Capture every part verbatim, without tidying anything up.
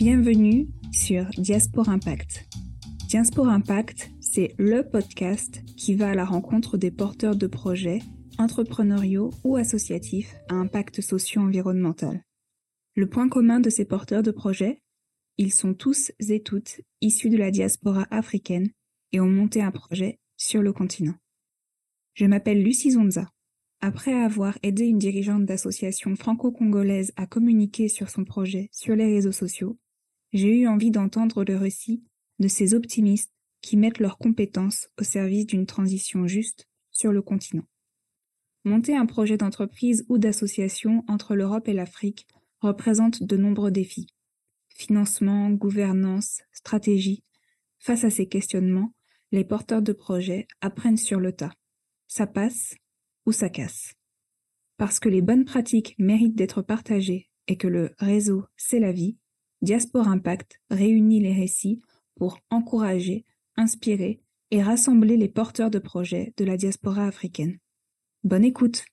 Bienvenue sur Diaspora Impact. Diaspora Impact, c'est le podcast qui va à la rencontre des porteurs de projets entrepreneuriaux ou associatifs à impact socio-environnemental. Le point commun de ces porteurs de projets, ils sont tous et toutes issus de la diaspora africaine et ont monté un projet sur le continent. Je m'appelle Lucie Zonza. Après avoir aidé une dirigeante d'association franco-congolaise à communiquer sur son projet sur les réseaux sociaux, j'ai eu envie d'entendre le récit de ces optimistes qui mettent leurs compétences au service d'une transition juste sur le continent. Monter un projet d'entreprise ou d'association entre l'Europe et l'Afrique représente de nombreux défis. Financement, gouvernance, stratégie. Face à ces questionnements, les porteurs de projets apprennent sur le tas. Ça passe ou ça casse. Parce que les bonnes pratiques méritent d'être partagées et que le réseau, c'est la vie, Diaspora Impact réunit les récits pour encourager, inspirer et rassembler les porteurs de projets de la diaspora africaine. Bonne écoute!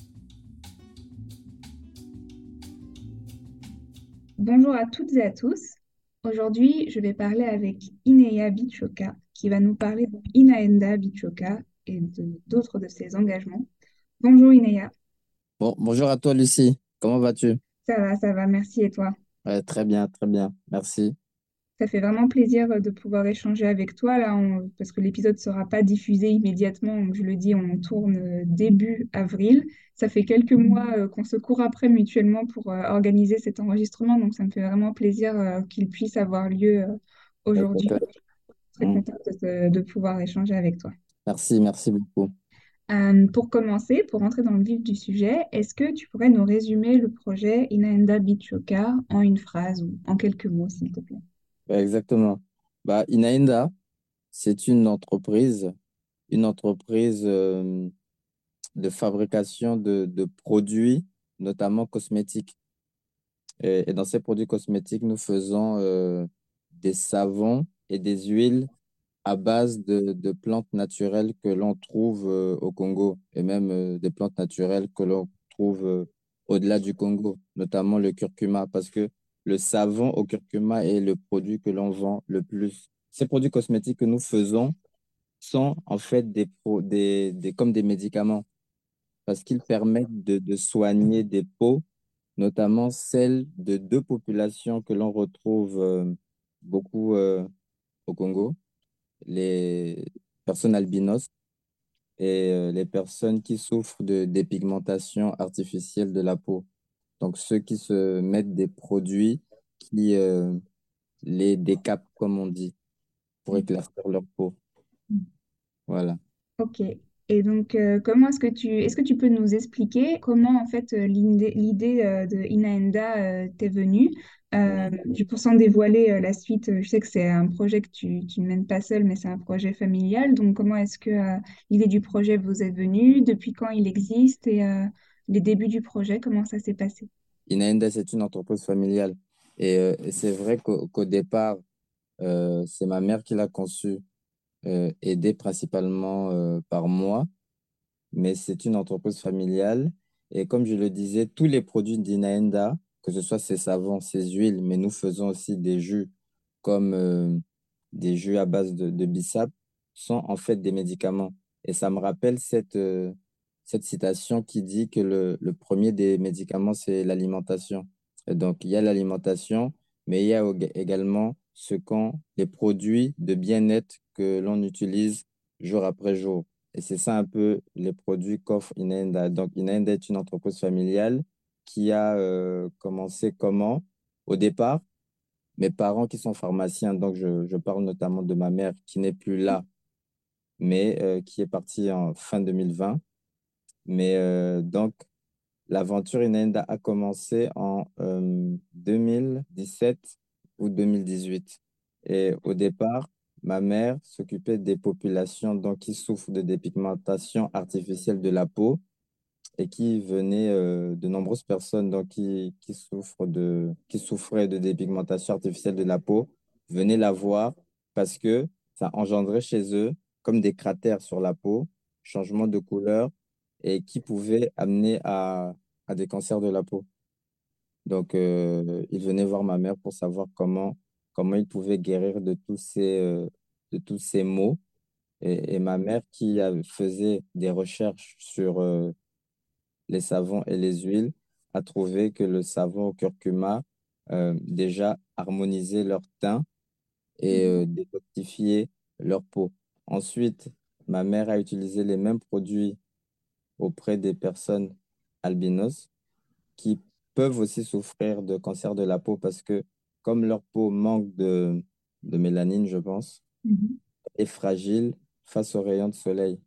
Bonjour à toutes et à tous. Aujourd'hui, je vais parler avec Ineya Bichoka, qui va nous parler d'Inaenda Bichoka et de- d'autres de ses engagements. Bonjour Ineya. Bon, bonjour à toi, Lucie. Comment vas-tu? Ça va, ça va, merci et toi? Ouais, très bien, très bien. Merci. Ça fait vraiment plaisir euh, de pouvoir échanger avec toi là, on- parce que l'épisode ne sera pas diffusé immédiatement. Donc, je le dis, on tourne euh, début avril. Ça fait quelques mois euh, qu'on se court après mutuellement pour euh, organiser cet enregistrement. Donc, ça me fait vraiment plaisir euh, qu'il puisse avoir lieu euh, Avec aujourd'hui. plaisir. Très Mm. contente de, te- de pouvoir échanger avec toi. Merci, merci beaucoup. Euh, pour commencer, pour entrer dans le vif du sujet, est-ce que tu pourrais nous résumer le projet Inaenda Bichoka en une phrase ou en quelques mots, s'il te plaît? Ouais, exactement. Bah, Inaenda, c'est une entreprise, une entreprise euh, de fabrication de, de produits, notamment cosmétiques. Et, et dans ces produits cosmétiques, nous faisons euh, des savons et des huiles à base de, de plantes naturelles que l'on trouve euh, au Congo et même euh, des plantes naturelles que l'on trouve euh, au-delà du Congo, notamment le curcuma, parce que le savon au curcuma est le produit que l'on vend le plus. Ces produits cosmétiques que nous faisons sont en fait des, pro- des, des, comme des médicaments parce qu'ils permettent de, de soigner des peaux, notamment celles de deux populations que l'on retrouve euh, beaucoup euh, au Congo, les personnes albinos et euh, les personnes qui souffrent de dépigmentation artificielle de la peau. Donc, ceux qui se mettent des produits qui euh, les décapent, comme on dit, pour éclaircir leur peau. Voilà. Ok. Et donc, euh, comment est-ce que tu, est-ce que tu peux nous expliquer comment en fait euh, l'idée, l'idée euh, de Inaenda euh, t'est venue? Euh, du pour sans dévoiler euh, la suite, euh, je sais que c'est un projet que tu, tu ne mènes pas seul, mais c'est un projet familial. Donc, comment est-ce que euh, l'idée du projet vous est venue? Depuis quand il existe? Et euh, les débuts du projet, comment ça s'est passé? Inaenda, c'est une entreprise familiale. Et, euh, et c'est vrai qu'au qu'au départ, euh, c'est ma mère qui l'a conçue, euh, aidée principalement euh, par moi. Mais c'est une entreprise familiale. Et comme je le disais, tous les produits d'Inaenda, que ce soit ses savons, ses huiles, mais nous faisons aussi des jus comme euh, des jus à base de, de bissap, sont en fait des médicaments. Et ça me rappelle cette, euh, cette citation qui dit que le, le premier des médicaments, c'est l'alimentation. Et donc, il y a l'alimentation, mais il y a ég- également ce qu'ont les produits de bien-être que l'on utilise jour après jour. Et c'est ça un peu les produits qu'offre Inaenda. Donc, Inaenda est une entreprise familiale qui a euh, commencé comment? Au départ, mes parents qui sont pharmaciens, donc je, je parle notamment de ma mère qui n'est plus là, mais euh, qui est partie en fin deux mille vingt. Mais euh, donc, l'aventure Inaenda a commencé en euh, deux mille dix-sept ou deux mille dix-huit. Et au départ, ma mère s'occupait des populations donc, qui souffrent de dépigmentation artificielle de la peau et qui venaient euh, de nombreuses personnes donc, qui, qui souffrent de, qui souffraient de dépigmentation artificielle de la peau venaient la voir parce que ça engendrait chez eux comme des cratères sur la peau, changement de couleur et qui pouvait amener à, à des cancers de la peau. Donc, euh, il venait voir ma mère pour savoir comment, comment il pouvait guérir de tous ces, euh, de tous ces maux. Et, et ma mère, qui a- faisait des recherches sur euh, les savons et les huiles, a trouvé que le savon au curcuma euh, déjà harmonisait leur teint et Mhm. euh, détoxifiait leur peau. Ensuite, ma mère a utilisé les mêmes produits auprès des personnes albinos qui peuvent aussi souffrir de cancer de la peau parce que comme leur peau manque de, de mélanine, je pense, Mhm. est fragile face aux rayons de soleil.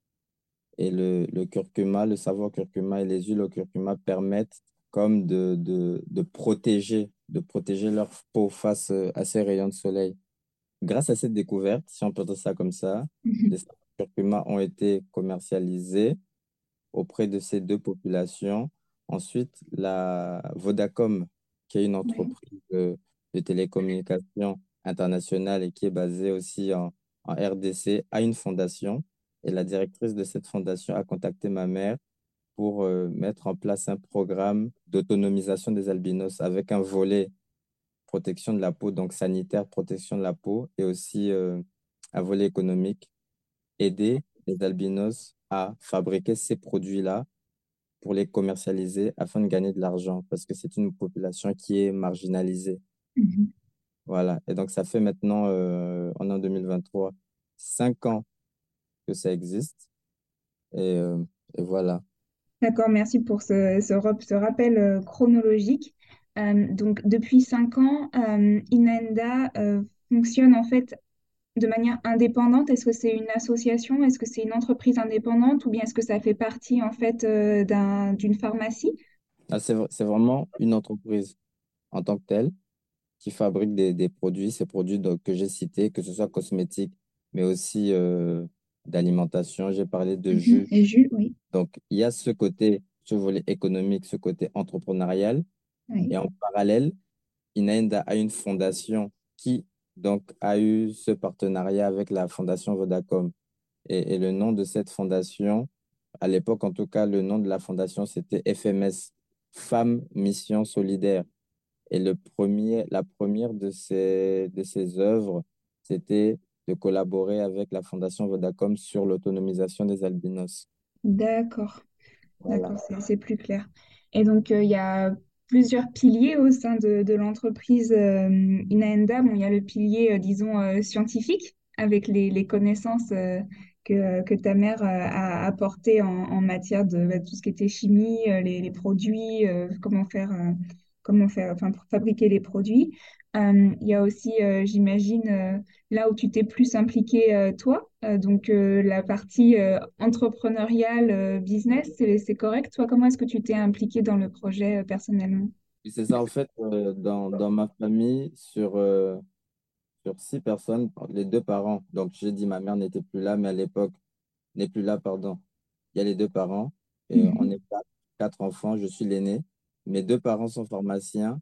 Et le, le curcuma, le savon au curcuma et les huiles au curcuma permettent comme de, de, de protéger, de protéger leur peau face euh, à ces rayons de soleil. Grâce à cette découverte, si on peut dire ça comme ça, les Mhm. savons au curcuma ont été commercialisés auprès de ces deux populations. Ensuite, la Vodacom, qui est une Ouais. entreprise de, de télécommunications internationale et qui est basée aussi en, en R D C, a une fondation. Et la directrice de cette fondation a contacté ma mère pour euh, mettre en place un programme d'autonomisation des albinos avec un volet protection de la peau, donc sanitaire, protection de la peau, et aussi euh, un volet économique, aider les albinos à fabriquer ces produits-là pour les commercialiser afin de gagner de l'argent parce que c'est une population qui est marginalisée. Mhm. Voilà. Et donc, ça fait maintenant, euh, on est en deux mille vingt-trois, cinq ans que ça existe. Et, euh, et voilà. D'accord, merci pour ce, ce, rap- ce rappel euh, chronologique. Euh, donc, depuis cinq ans, euh, Inenda euh, fonctionne en fait de manière indépendante. Est-ce que c'est une association? Est-ce que c'est une entreprise indépendante? Ou bien est-ce que ça fait partie en fait euh, d'un, d'une pharmacie? Là, c'est, v- c'est vraiment une entreprise en tant que telle qui fabrique des, des produits, ces produits donc, que j'ai cités, que ce soit cosmétiques, mais aussi euh, d'alimentation. J'ai parlé de Mhm. jus. Et Jules, oui. Donc, il y a ce côté, ce volet économique, ce côté entrepreneurial. Et Oui. en parallèle, Inaenda a une fondation qui donc a eu ce partenariat avec la fondation Vodacom. Et, et le nom de cette fondation, à l'époque en tout cas, le nom de la fondation, c'était F M S, Femmes Mission Solidaire. Et le premier, la première de ces, de ces œuvres, c'était de collaborer avec la fondation Vodacom sur l'autonomisation des albinos. D'accord. Voilà. D'accord, c'est c'est plus clair. Et donc, euh, il y a plusieurs piliers au sein de, de l'entreprise euh, Inaenda. Bon, il y a le pilier, euh, disons, euh, scientifique, avec les, les connaissances euh, que, que ta mère euh, a apportées en, en matière de bah, tout ce qui était chimie, euh, les, les produits, euh, comment faire, euh, comment faire, enfin, pour fabriquer les produits. Euh, il y a aussi, euh, j'imagine, euh, là où tu t'es plus impliqué euh, toi, euh, donc euh, la partie euh, entrepreneuriale, euh, business, c'est, c'est correct. Toi, comment est-ce que tu t'es impliqué dans le projet euh, personnellement? Et c'est ça, en fait, euh, dans, dans ma famille, sur, euh, sur six personnes, les deux parents, donc j'ai dit ma mère n'était plus là, mais à l'époque, n'est plus là, pardon. Il y a les deux parents, et on Mhm. est quatre, quatre enfants, je suis l'aîné. Mes deux parents sont pharmaciens,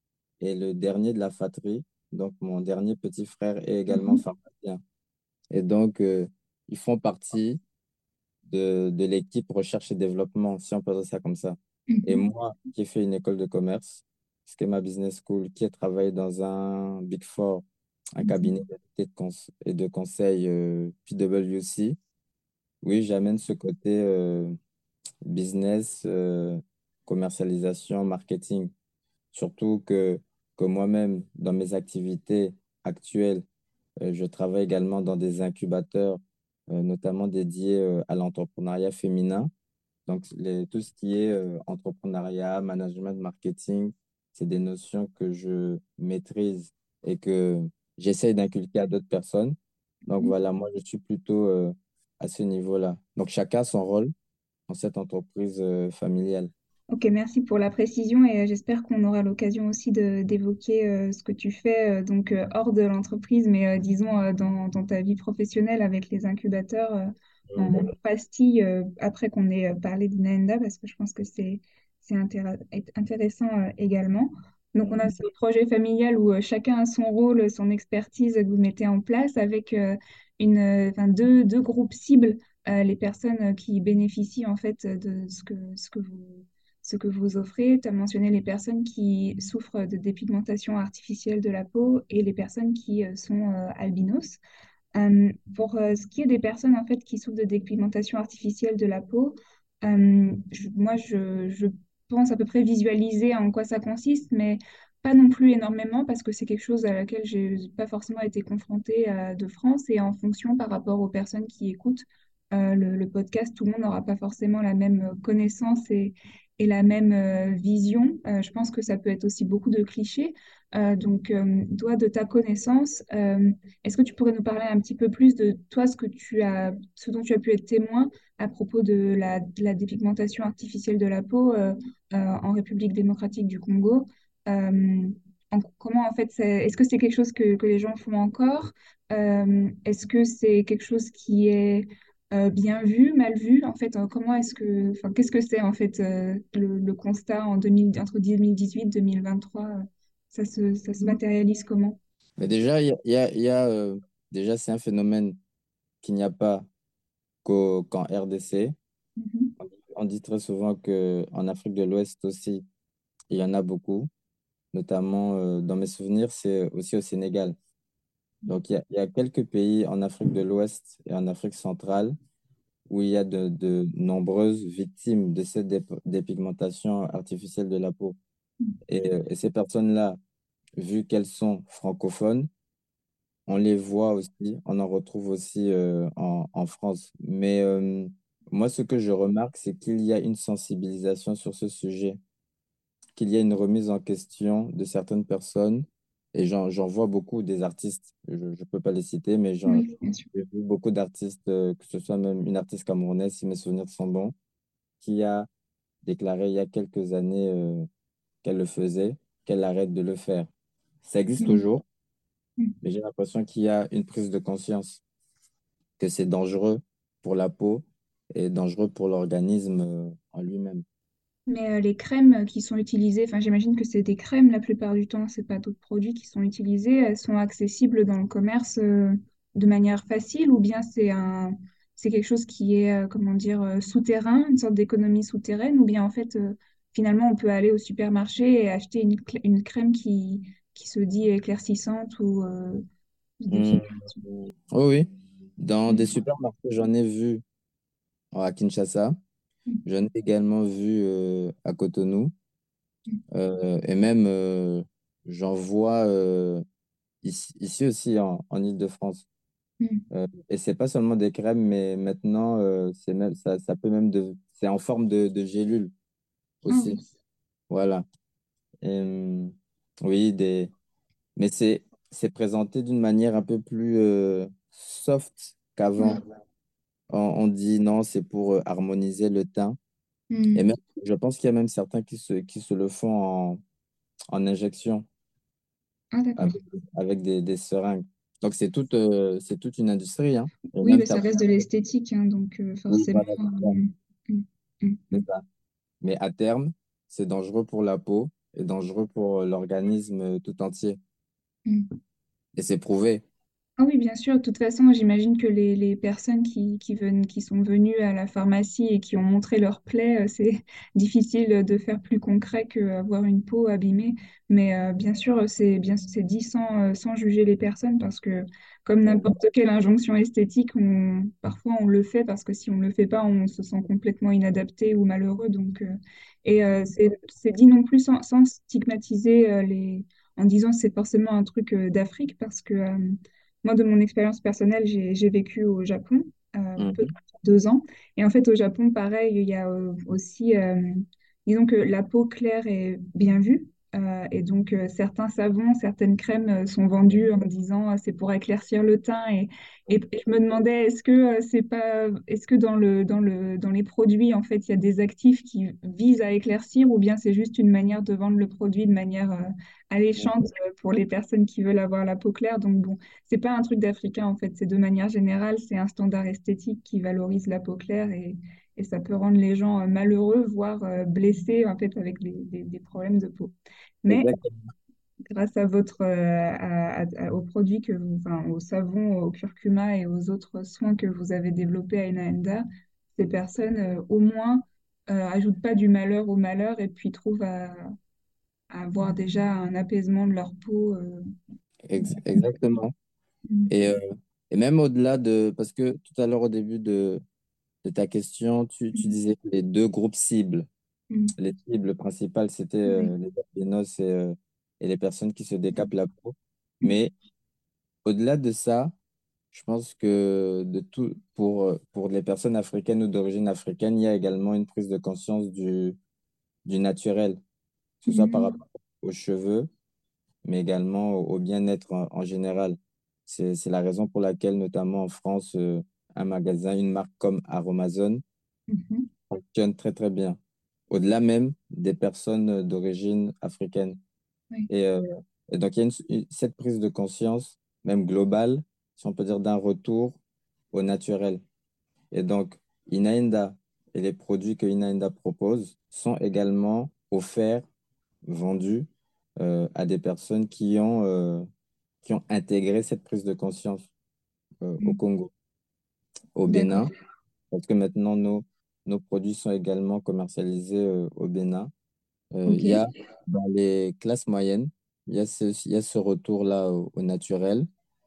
et le dernier de la fratrie, donc mon dernier petit frère, est également Mhm. pharmacien. Et donc, euh, ils font partie de, de l'équipe recherche et développement, si on peut dire ça comme ça. Et Mhm. moi, qui ai fait une école de commerce, Schema Business School, qui ai travaillé dans un Big Four, un cabinet Mhm. de cons- et de conseil euh, P W C, oui, j'amène ce côté euh, business, euh, commercialisation, marketing. Surtout que, que moi-même, dans mes activités actuelles, euh, je travaille également dans des incubateurs, euh, notamment dédiés euh, à l'entrepreneuriat féminin. Donc, les- tout ce qui est euh, entrepreneuriat, management, marketing, c'est des notions que je maîtrise et que j'essaye d'inculquer à d'autres personnes. Donc, Mhm. voilà, moi, je suis plutôt euh, à ce niveau-là. Donc, chacun a son rôle dans cette entreprise euh, familiale. Ok, merci pour la précision et euh, j'espère qu'on aura l'occasion aussi de d'évoquer euh, ce que tu fais euh, donc euh, hors de l'entreprise, mais euh, disons euh, dans, dans ta vie professionnelle avec les incubateurs euh, en Mm. pastille euh, après qu'on ait euh, parlé d'Inaenda parce que je pense que c'est c'est intér- est- intéressant euh, également. Donc on a ce projet familial où euh, chacun a son rôle, son expertise que vous mettez en place avec euh, une, euh, enfin, deux, deux groupes cibles, euh, les personnes qui bénéficient en fait de ce que, ce que vous ce que vous offrez. Tu as mentionné les personnes qui souffrent de dépigmentation artificielle de la peau et les personnes qui euh, sont euh, albinos. Euh, pour euh, ce qui est des personnes en fait qui souffrent de dépigmentation artificielle de la peau, euh, je- moi je, je pense à peu près visualiser en quoi ça consiste, mais pas non plus énormément parce que c'est quelque chose à laquelle j'ai pas forcément été confrontée euh, de France et en fonction par rapport aux personnes qui écoutent euh, le, le podcast, tout le monde n'aura pas forcément la même connaissance et, et la même euh, vision. Euh, je pense que ça peut être aussi beaucoup de clichés. Euh, donc, euh, toi, de ta connaissance, euh, est-ce que tu pourrais nous parler un petit peu plus de toi, ce que tu as, ce dont tu as pu être témoin à propos de la, de la dépigmentation artificielle de la peau euh, euh, en République démocratique du Congo? Euh, en- comment en fait, c'est- est-ce que c'est quelque chose que, que les gens font encore? Euh, est-ce que c'est quelque chose qui est euh, bien vu, mal vu? En fait, euh, comment est-ce que, enfin, qu'est-ce que c'est en fait euh, le, le constat en deux mille, entre deux mille dix-huit et deux mille vingt-trois? euh, ça se, ça se matérialise comment? Mais déjà, il y a, il y a, il y a, euh, déjà c'est un phénomène qu'il n'y a pas qu'au- qu'en R D C. Mhm. On dit très souvent qu'en Afrique de l'Ouest aussi, il y en a beaucoup. Notamment, euh, dans mes souvenirs, c'est aussi au Sénégal. Donc, il y a, il y a quelques pays en Afrique de l'Ouest et en Afrique centrale où il y a de, de nombreuses victimes de cette dép- dépigmentation artificielle de la peau. Et, euh, et ces personnes-là, vu qu'elles sont francophones, on les voit aussi, on en retrouve aussi euh, en, en France. Mais euh, moi, ce que je remarque, c'est qu'il y a une sensibilisation sur ce sujet, qu'il y a une remise en question de certaines personnes. Et j'en, j'en vois beaucoup des artistes, je ne peux pas les citer, mais j'en, Oui, bien sûr. j'ai vu beaucoup d'artistes, euh, que ce soit même une artiste camerounaise, si mes souvenirs sont bons, qui a déclaré il y a quelques années euh, qu'elle le faisait, qu'elle arrête de le faire. Ça existe Mhm. toujours, mais j'ai l'impression qu'il y a une prise de conscience que c'est dangereux pour la peau et dangereux pour l'organisme euh, en lui-même. Mais euh, les crèmes qui sont utilisées, enfin j'imagine que c'est des crèmes la plupart du temps, c'est pas d'autres produits qui sont utilisés, elles sont accessibles dans le commerce euh, de manière facile ou bien c'est un, c'est quelque chose qui est, euh, comment dire, euh, souterrain, une sorte d'économie souterraine ou bien en fait euh, finalement on peut aller au supermarché et acheter une, cl- une crème qui, qui se dit éclaircissante ou euh, Hum, définitive. oui, oui. Dans des Mhm. supermarchés, j'en ai vu à Kinshasa. J'en ai également vu euh, à Cotonou. Euh, et même, euh, j'en vois euh, ici, ici aussi en, en Île-de-France. Mhm. Euh, et c'est pas seulement des crèmes, mais maintenant, euh, c'est même, ça, ça peut même de, c'est en forme de, de gélule Ah aussi. oui. Voilà. Et, hum, oui, des, mais c'est, c'est présenté d'une manière un peu plus euh, soft qu'avant. Mhm. On, on dit non, c'est pour euh, harmoniser le teint. Et Mhm. même, je pense qu'il y a même certains qui se, qui se le font en, en injection Ah d'accord. avec, avec des, des seringues. Donc, c'est toute, euh, c'est toute une industrie, hein. Et Oui, même, bah, t'as- ça reste de l'esthétique, hein, donc euh, oui, forcément. voilà, c'est ça. euh, mm, mm, C'est mm, ça. Mais à terme, c'est dangereux pour la peau et dangereux pour euh, l'organisme euh, tout entier. mm. Et c'est prouvé. Ah oui, bien sûr. De toute façon, j'imagine que les, les personnes qui, qui, ven- qui sont venues à la pharmacie et qui ont montré leur plaie, euh, c'est difficile de faire plus concret qu'avoir une peau abîmée. Mais euh, bien sûr, c'est bien, c'est dit sans, euh, sans juger les personnes parce que comme n'importe quelle injonction esthétique, on, parfois on le fait parce que si on ne le fait pas, on se sent complètement inadapté ou malheureux. Donc, euh, et euh, c'est, c'est dit non plus sans, sans stigmatiser euh, les, en disant c'est forcément un truc euh, d'Afrique parce que euh, moi, de mon expérience personnelle, j'ai j'ai vécu au Japon, euh, peu, Mhm. deux ans. Et en fait, au Japon, pareil, il y a euh, aussi, euh, disons que la peau claire est bien vue. Euh, et donc, euh, certains savons, certaines crèmes euh, sont vendues en disant euh, c'est pour éclaircir le teint. Et, et, et je me demandais, est-ce que euh, c'est pas, est-ce que dans le, dans le, dans les produits, en fait, il y a des actifs qui visent à éclaircir ou bien c'est juste une manière de vendre le produit de manière euh, alléchante euh, pour les personnes qui veulent avoir la peau claire. Donc, bon. C'est pas un truc d'Africain en fait, c'est de manière générale, c'est un standard esthétique qui valorise la peau claire et, et ça peut rendre les gens euh, malheureux, voire euh, blessés en fait avec des, des- des problèmes de peau. Mais Exactement. grâce à votre, euh, à- à- à- aux produits que vous, enfin, au savon, au curcuma et aux autres soins que vous avez développés à Enaenda, ces personnes euh, au moins euh, ajoute pas du malheur au malheur et puis trouve à, à avoir déjà un apaisement de leur peau. euh. Ex- exactement. Mm. Et, euh, et même au-delà de, parce que tout à l'heure au début de, de ta question, tu, tu disais que les deux groupes cibles, Mm. les cibles principales, c'était Oui. euh, les albinos et, euh, et les personnes qui se décapent la peau. Mais au-delà de ça, je pense que de tout, pour, euh, pour les personnes africaines ou d'origine africaine, il y a également une prise de conscience du, du naturel, que ce soit par Mm. rapport aux cheveux, mais également au, au bien-être en, en général. C'est, c'est la raison pour laquelle, notamment en France, euh, un magasin, une marque comme Aromazone Mhm. fonctionne très, très bien. Au-delà même des personnes d'origine africaine. Oui. Et, euh, et donc, il y a une- une- cette prise de conscience, même globale, si on peut dire, d'un retour au naturel. Et donc, Inaenda et les produits que Inaenda propose sont également offerts, vendus euh, à des personnes qui ont, euh, qui ont intégré cette prise de conscience euh, au Mm. Congo, au D'accord. Bénin, parce que maintenant, nos, nos produits sont également commercialisés euh, au Bénin. Euh, Ok. il y a dans les classes moyennes, il y a ce, il y a ce retour-là au, au naturel,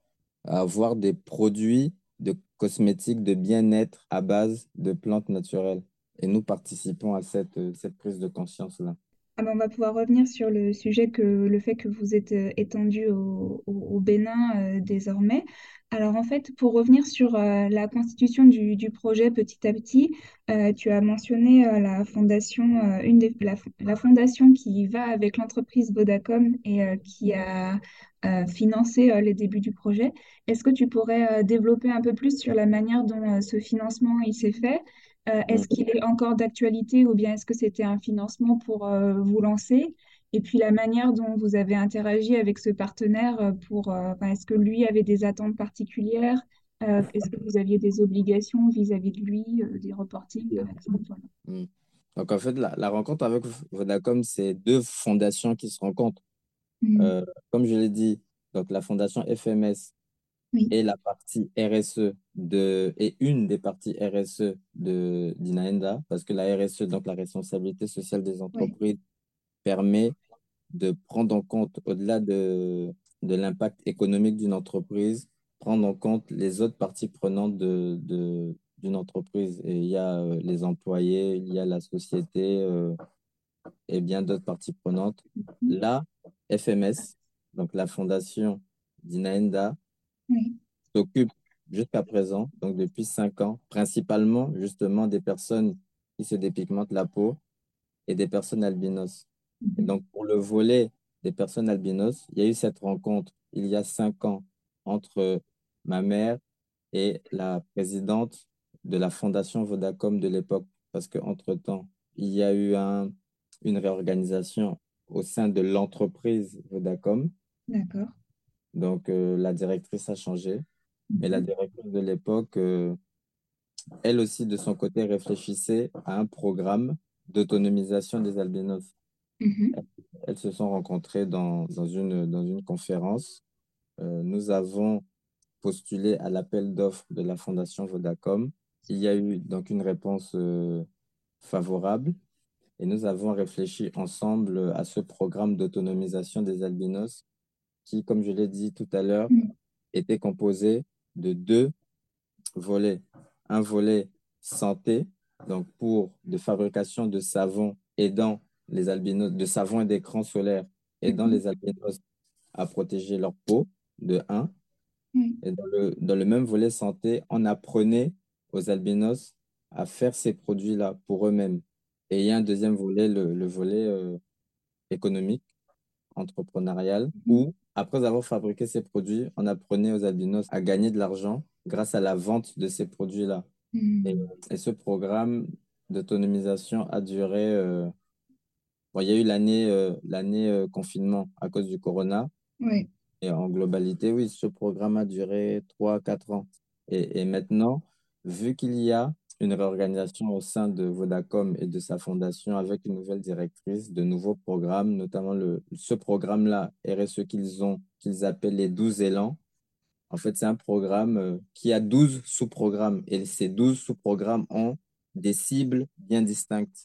à avoir des produits de cosmétiques de bien-être à base de plantes naturelles. Et nous participons à cette, euh, cette prise de conscience-là. Ah ben, on va pouvoir revenir sur le sujet que le fait que vous êtes euh, étendu au, au- au Bénin euh, désormais. Alors en fait, pour revenir sur euh, la constitution du, du projet petit à petit, euh, tu as mentionné euh, la fondation, euh, une des, la, la fondation qui va avec l'entreprise Vodacom et euh, qui a euh, financé euh, les débuts du projet. Est-ce que tu pourrais euh, développer un peu plus sur la manière dont euh, ce financement il s'est fait? Euh, Mm. est-ce qu'il est encore d'actualité ou bien est-ce que c'était un financement pour euh, vous lancer? Et puis la manière dont vous avez interagi avec ce partenaire euh, pour, euh, enfin, est-ce que lui avait des attentes particulières? Euh, est-ce que vous aviez des obligations vis-à-vis de lui, euh, des reportings par exemple? Voilà. Mm. Donc, en fait, la, la rencontre avec Vodacom, c'est deux fondations qui se rencontrent. Mm. Euh, comme je l'ai dit, donc la fondation F M S Oui, et la partie R S E de, et une des parties R S E de d'Inaenda, parce que la R S E, donc la responsabilité sociale des oui. entreprises, permet de prendre en compte, au-delà de, de l'impact économique d'une entreprise, prendre en compte les autres parties prenantes de, de, d'une entreprise. Et il y a euh, les employés, il y a la société euh, et bien d'autres parties prenantes. Mm. Là, F M S, donc la fondation d'Inaenda, Oui. s'occupe jusqu'à présent, donc depuis cinq ans, principalement justement des personnes qui se dépigmentent la peau et des personnes albinos. Et Mhm. donc, pour le volet des personnes albinos, il y a eu cette rencontre il y a cinq ans entre ma mère et la présidente de la fondation Vodacom de l'époque, parce qu'entre-temps, il y a eu un, une réorganisation au sein de l'entreprise Vodacom. D'accord. Donc, euh, la directrice a changé, mais la Mhm. directrice de l'époque, euh, elle aussi, de son côté, réfléchissait à un programme d'autonomisation des albinos. Mhm. Elles se sont rencontrées dans, dans une, dans une conférence. Euh, nous avons postulé à l'appel d'offres de la Fondation Vodacom. Il y a eu donc une réponse euh, favorable et nous avons réfléchi ensemble à ce programme d'autonomisation des albinos qui, comme je l'ai dit tout à l'heure, Mm. était composé de deux volets. Un volet santé, donc pour de fabrication de savon aidant les albinos, de savon et d'écran solaire aidant Mhm. les albinos à protéger leur peau, de un. Oui. Et dans le, dans le même volet santé, on apprenait aux albinos à faire ces produits-là pour eux-mêmes. Et il y a un deuxième volet, le, le volet euh, économique, entrepreneurial, Mhm. où après avoir fabriqué ces produits, on apprenait aux albinos à gagner de l'argent grâce à la vente de ces produits-là. Et, Mm. et ce programme d'autonomisation a duré, euh, bon, il y a eu l'année euh, l'année euh, confinement à cause du corona. Oui. Et en globalité, oui, ce programme a duré trois quatre ans. Et, et maintenant, vu qu'il y a une réorganisation au sein de Vodacom et de sa fondation avec une nouvelle directrice, de nouveaux programmes, notamment le, ce programme-là, R S E qu'ils ont, qu'ils appellent les douze élans. En fait, c'est un programme euh, qui a douze sous-programmes et ces douze sous-programmes ont des cibles bien distinctes.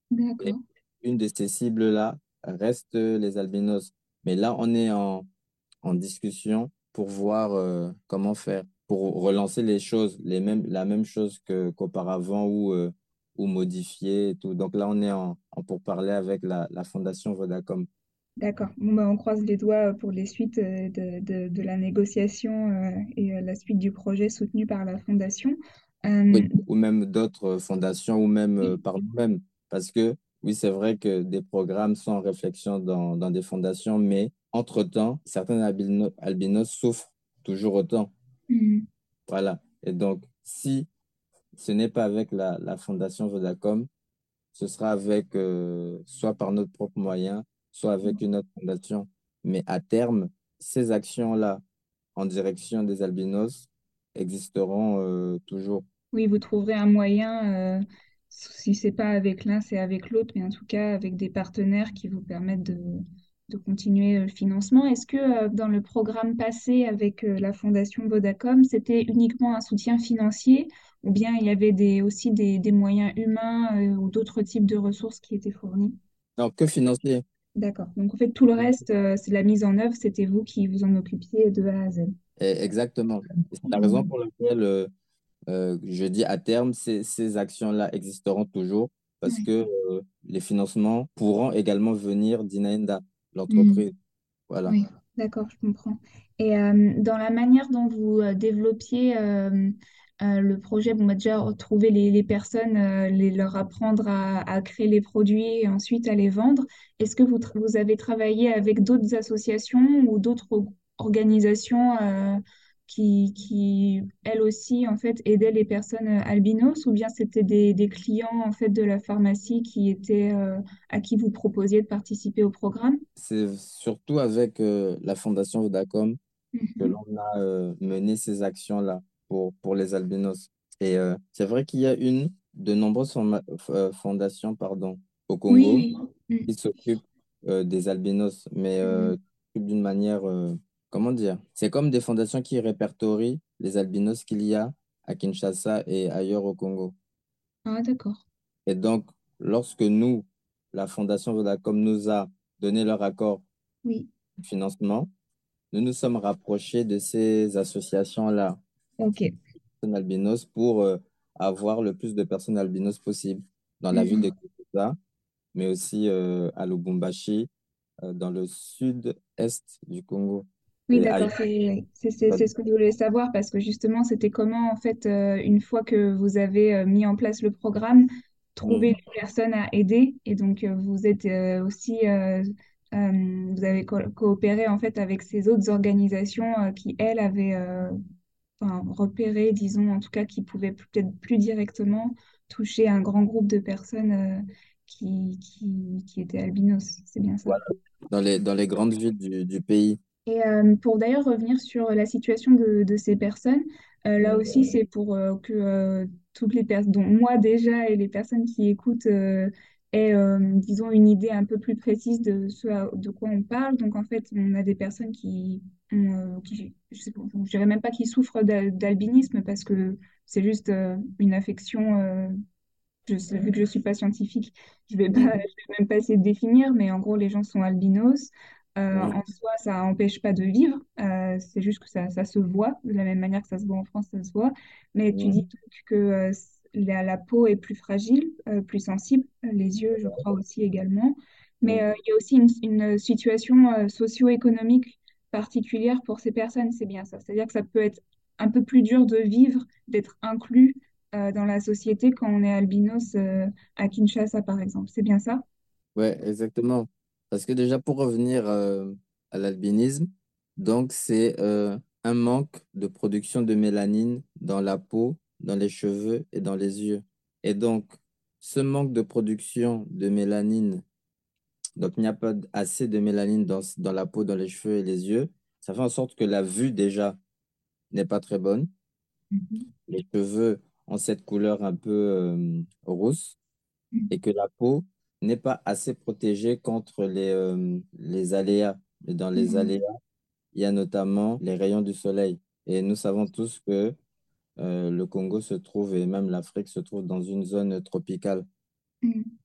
D'accord. Et une de ces cibles-là reste les albinos. Mais là, on est en, en discussion pour voir euh, comment faire, pour relancer les choses, les mêmes, la même chose que, qu'auparavant ou, euh, ou modifier et tout. Donc là, on est en, en pourparlers avec la, la Fondation Vodacom. D'accord. Bon, bah, on croise les doigts pour les suites euh, de, de, de la négociation euh, et euh, la suite du projet soutenu par la Fondation. Oui, Euh, ou même d'autres fondations, ou même euh, oui. par nous-mêmes. Parce que oui, c'est vrai que des programmes sont en réflexion dans, dans des fondations, mais entre-temps, certains albino- albinos souffrent toujours autant. Mhm. Voilà. Et donc, si ce n'est pas avec la, la Fondation Vodacom, ce sera avec euh, soit par notre propre moyen, soit avec une autre fondation. Mais à terme, ces actions-là en direction des albinos existeront euh, toujours. Oui, vous trouverez un moyen, euh, si c'est pas avec l'un, c'est avec l'autre, mais en tout cas avec des partenaires qui vous permettent de, de continuer le financement. Est-ce que euh, dans le programme passé avec euh, la Fondation Vodacom, c'était uniquement un soutien financier ou bien il y avait des, aussi des, des moyens humains euh, ou d'autres types de ressources qui étaient fournis? Donc, que financier? D'accord. Donc en fait, tout le reste, euh, c'est la mise en œuvre, c'était vous qui vous en occupiez de A à Z. Eh, Exactement. Et c'est la raison Mhm. pour laquelle euh, euh, je dis à terme, ces, ces actions-là existeront toujours parce Ouais. que euh, les financements pourront également venir d'Inaenda, Mhm. l'entreprise. Voilà. Oui, d'accord, je comprends. Et euh, dans la manière dont vous euh, développiez euh, euh, le projet, bon, bah, déjà retrouver les, les personnes, euh, les, leur apprendre à, à créer les produits et ensuite à les vendre. Est-ce que vous, tra- vous avez travaillé avec d'autres associations ou d'autres or- organisations euh, qui, qui, elles aussi, en fait, aidaient les personnes euh, albinos ou bien c'était des, des clients, en fait, de la pharmacie qui étaient, euh, à qui vous proposiez de participer au programme? C'est surtout avec euh, la Fondation Vodacom que Mhm. l'on a euh, mené ces actions-là pour, pour les albinos. Et euh, c'est vrai qu'il y a une, de nombreuses forma- f- euh, fondations pardon, au Congo Oui, oui. qui s'occupent euh, des albinos, mais Mm. euh, d'une manière, euh, comment dire? C'est comme des fondations qui répertorient les albinos qu'il y a à Kinshasa et ailleurs au Congo. Ah, d'accord. Et donc, lorsque nous, la Fondation Vodacom nous a donné leur accord Oui, de financement, nous nous sommes rapprochés de ces associations-là, ok. personnes albinos, pour euh, avoir le plus de personnes albinos possible dans la ville de Mm. Kinshasa, mais aussi euh, à Lubumbashi, euh, dans le sud-est du Congo. Oui, Et d'accord. ailleurs. C'est c'est- c'est- c'est ce que je voulais savoir parce que justement, c'était comment, en fait, euh, une fois que vous avez euh, mis en place le programme, trouver Mm. les personnes à aider. Et donc, euh, vous êtes euh, aussi, euh, euh, vous avez co- coopéré, en fait, avec ces autres organisations euh, qui, elles, avaient euh, enfin, repéré, disons, en tout cas, qui pouvaient peut-être plus directement toucher un grand groupe de personnes euh, qui, qui, qui étaient albinos. C'est bien ça. Voilà. Dans les, dans les grandes villes du, du pays. Et euh, pour d'ailleurs revenir sur la situation de, de ces personnes, euh, là Mm. aussi c'est pour euh, que euh, toutes les personnes, dont moi déjà et les personnes qui écoutent, euh, aient, euh, disons, une idée un peu plus précise de ce à- de quoi on parle. Donc en fait, on a des personnes qui, ont, euh, qui je sais pas, je dirais même pas qui souffrent d'al- d'albinisme parce que c'est juste euh, une affection. Euh, je sais- vu que je suis pas scientifique, je vais pas, je Mm. vais même pas essayer de définir, mais en gros, les gens sont albinos. Euh, Mm. en soi, ça n'empêche pas de vivre. Euh, c'est juste que ça, ça se voit, de la même manière que ça se voit en France, ça se voit. Mais tu dis Mm. donc que euh, la, la peau est plus fragile, euh, plus sensible, euh, les yeux, je crois aussi également. Mais Mm. euh, il y a aussi une, une situation euh, socio-économique particulière pour ces personnes, c'est bien ça. C'est-à-dire que ça peut être un peu plus dur de vivre, d'être inclus euh, dans la société quand on est albinos euh, à Kinshasa, par exemple. C'est bien ça? Ouais, exactement. Parce que déjà, pour revenir euh, à l'albinisme, donc c'est euh, un manque de production de mélanine dans la peau, dans les cheveux et dans les yeux. Et donc, ce manque de production de mélanine, donc il n'y a pas assez de mélanine dans, dans la peau, dans les cheveux et les yeux, ça fait en sorte que la vue déjà n'est pas très bonne. Mhm. Les cheveux ont cette couleur un peu euh, rousse et que la peau n'est pas assez protégée contre les, euh, les aléas. Et dans les aléas, Mhm. il y a notamment les rayons du soleil. Et nous savons tous que euh, le Congo se trouve, et même l'Afrique se trouve dans une zone tropicale. Mhm.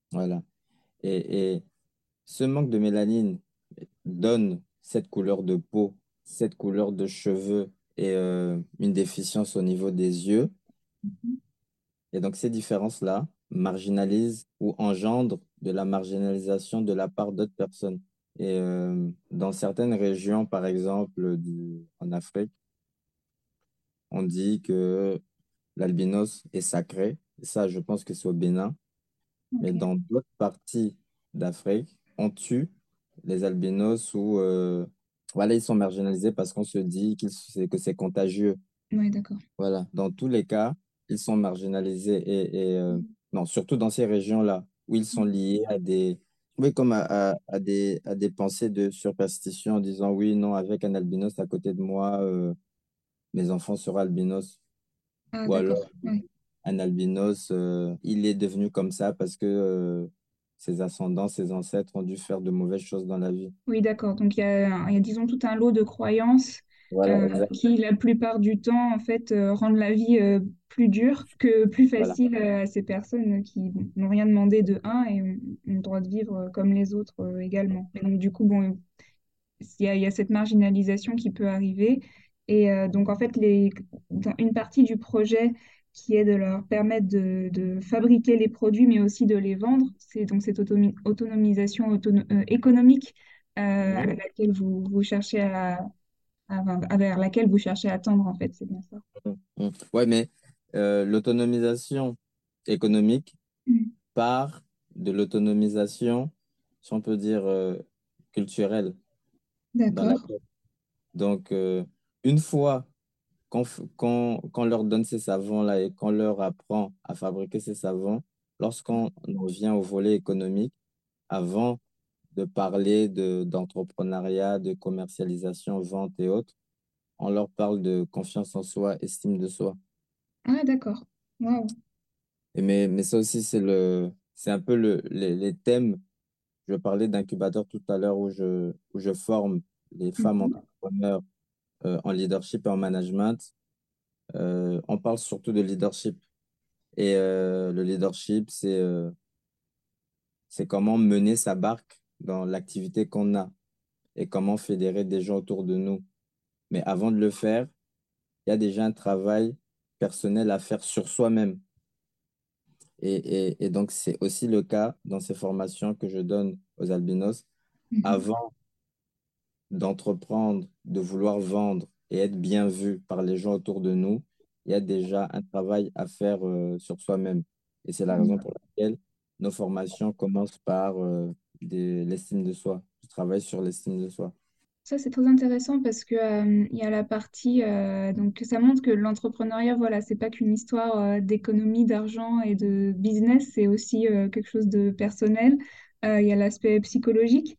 Voilà. Et, et ce manque de mélanine donne cette couleur de peau, cette couleur de cheveux et euh, une déficience au niveau des yeux. Et donc, ces différences-là marginalisent ou engendrent de la marginalisation de la part d'autres personnes. Et euh, dans certaines régions, par exemple, du, en Afrique, on dit que l'albinos est sacré. Et ça, je pense que c'est au Bénin. Mais Ok. dans d'autres parties d'Afrique, on tue les albinos ou euh, voilà, ils sont marginalisés parce qu'on se dit qu'ils, c'est- que c'est contagieux. Oui, d'accord. Voilà, dans tous les cas, ils sont marginalisés et, et, euh, non, surtout dans ces régions-là où ils sont liés à des, oui, comme à, à, à des, à des pensées de superstition en disant oui, non, avec un albinos à côté de moi, euh, mes enfants seront albinos. Ah, Ou alors d'accord. Oui. un albinos, euh, il est devenu comme ça parce que euh, ses ascendants, ses ancêtres ont dû faire de mauvaises choses dans la vie. Oui, d'accord. Donc, il y a, un- il y a, disons, tout un lot de croyances Voilà, euh, exact. qui, la plupart du temps, en fait, euh, rendent la vie euh, plus dure que plus Voilà. facile euh, à ces personnes qui bon, n'ont rien demandé de un et ont, ont le droit de vivre euh, comme les autres euh, également. Et donc, du coup, bon, il y a, il y a cette marginalisation qui peut arriver. Et euh, donc, en fait, les, dans une partie du projet qui est de leur permettre de, de fabriquer les produits, mais aussi de les vendre, c'est donc cette automi- autonomisation autono- euh, économique euh, à Mhm. laquelle vous, vous cherchez à, à- à- vers laquelle vous cherchez à tendre, en fait, c'est bien ça. Mhm. Mhm. Ouais, mais euh, l'autonomisation économique Mm. part de l'autonomisation, si on peut dire, euh, culturelle dans la D'accord. Donc, euh, une fois qu'on f- qu'on, qu'on leur donne ces savons-là et qu'on leur apprend à fabriquer ces savons, lorsqu'on en vient au volet économique, avant de parler de, d'entrepreneuriat, de commercialisation, vente et autres, on leur parle de confiance en soi, estime de soi. Ah, d'accord. Waouh. Et mais, mais ça aussi, c'est le, c'est un peu le, les, les thèmes. Je parlais d'incubateur tout à l'heure où je, où je forme les femmes Mhm. entrepreneurs euh, en leadership et en management. Euh, on parle surtout de leadership. Et euh, le leadership, c'est euh, c'est comment mener sa barque dans l'activité qu'on a et comment fédérer des gens autour de nous. Mais avant de le faire, il y a déjà un travail personnel à faire sur soi-même. Et, et, et donc, c'est aussi le cas dans ces formations que je donne aux albinos. Mhm. Avant d'entreprendre, de vouloir vendre et être bien vu par les gens autour de nous, il y a déjà un travail à faire euh, sur soi-même. Et c'est la raison pour laquelle nos formations commencent par euh, des- l'estime de soi, du travail sur l'estime de soi. Ça, c'est très intéressant parce que, euh, il y a la partie, euh, donc ça montre que l'entrepreneuriat, voilà, c'est pas qu'une histoire euh, d'économie, d'argent et de business, c'est aussi euh, quelque chose de personnel. Euh, il y a l'aspect psychologique.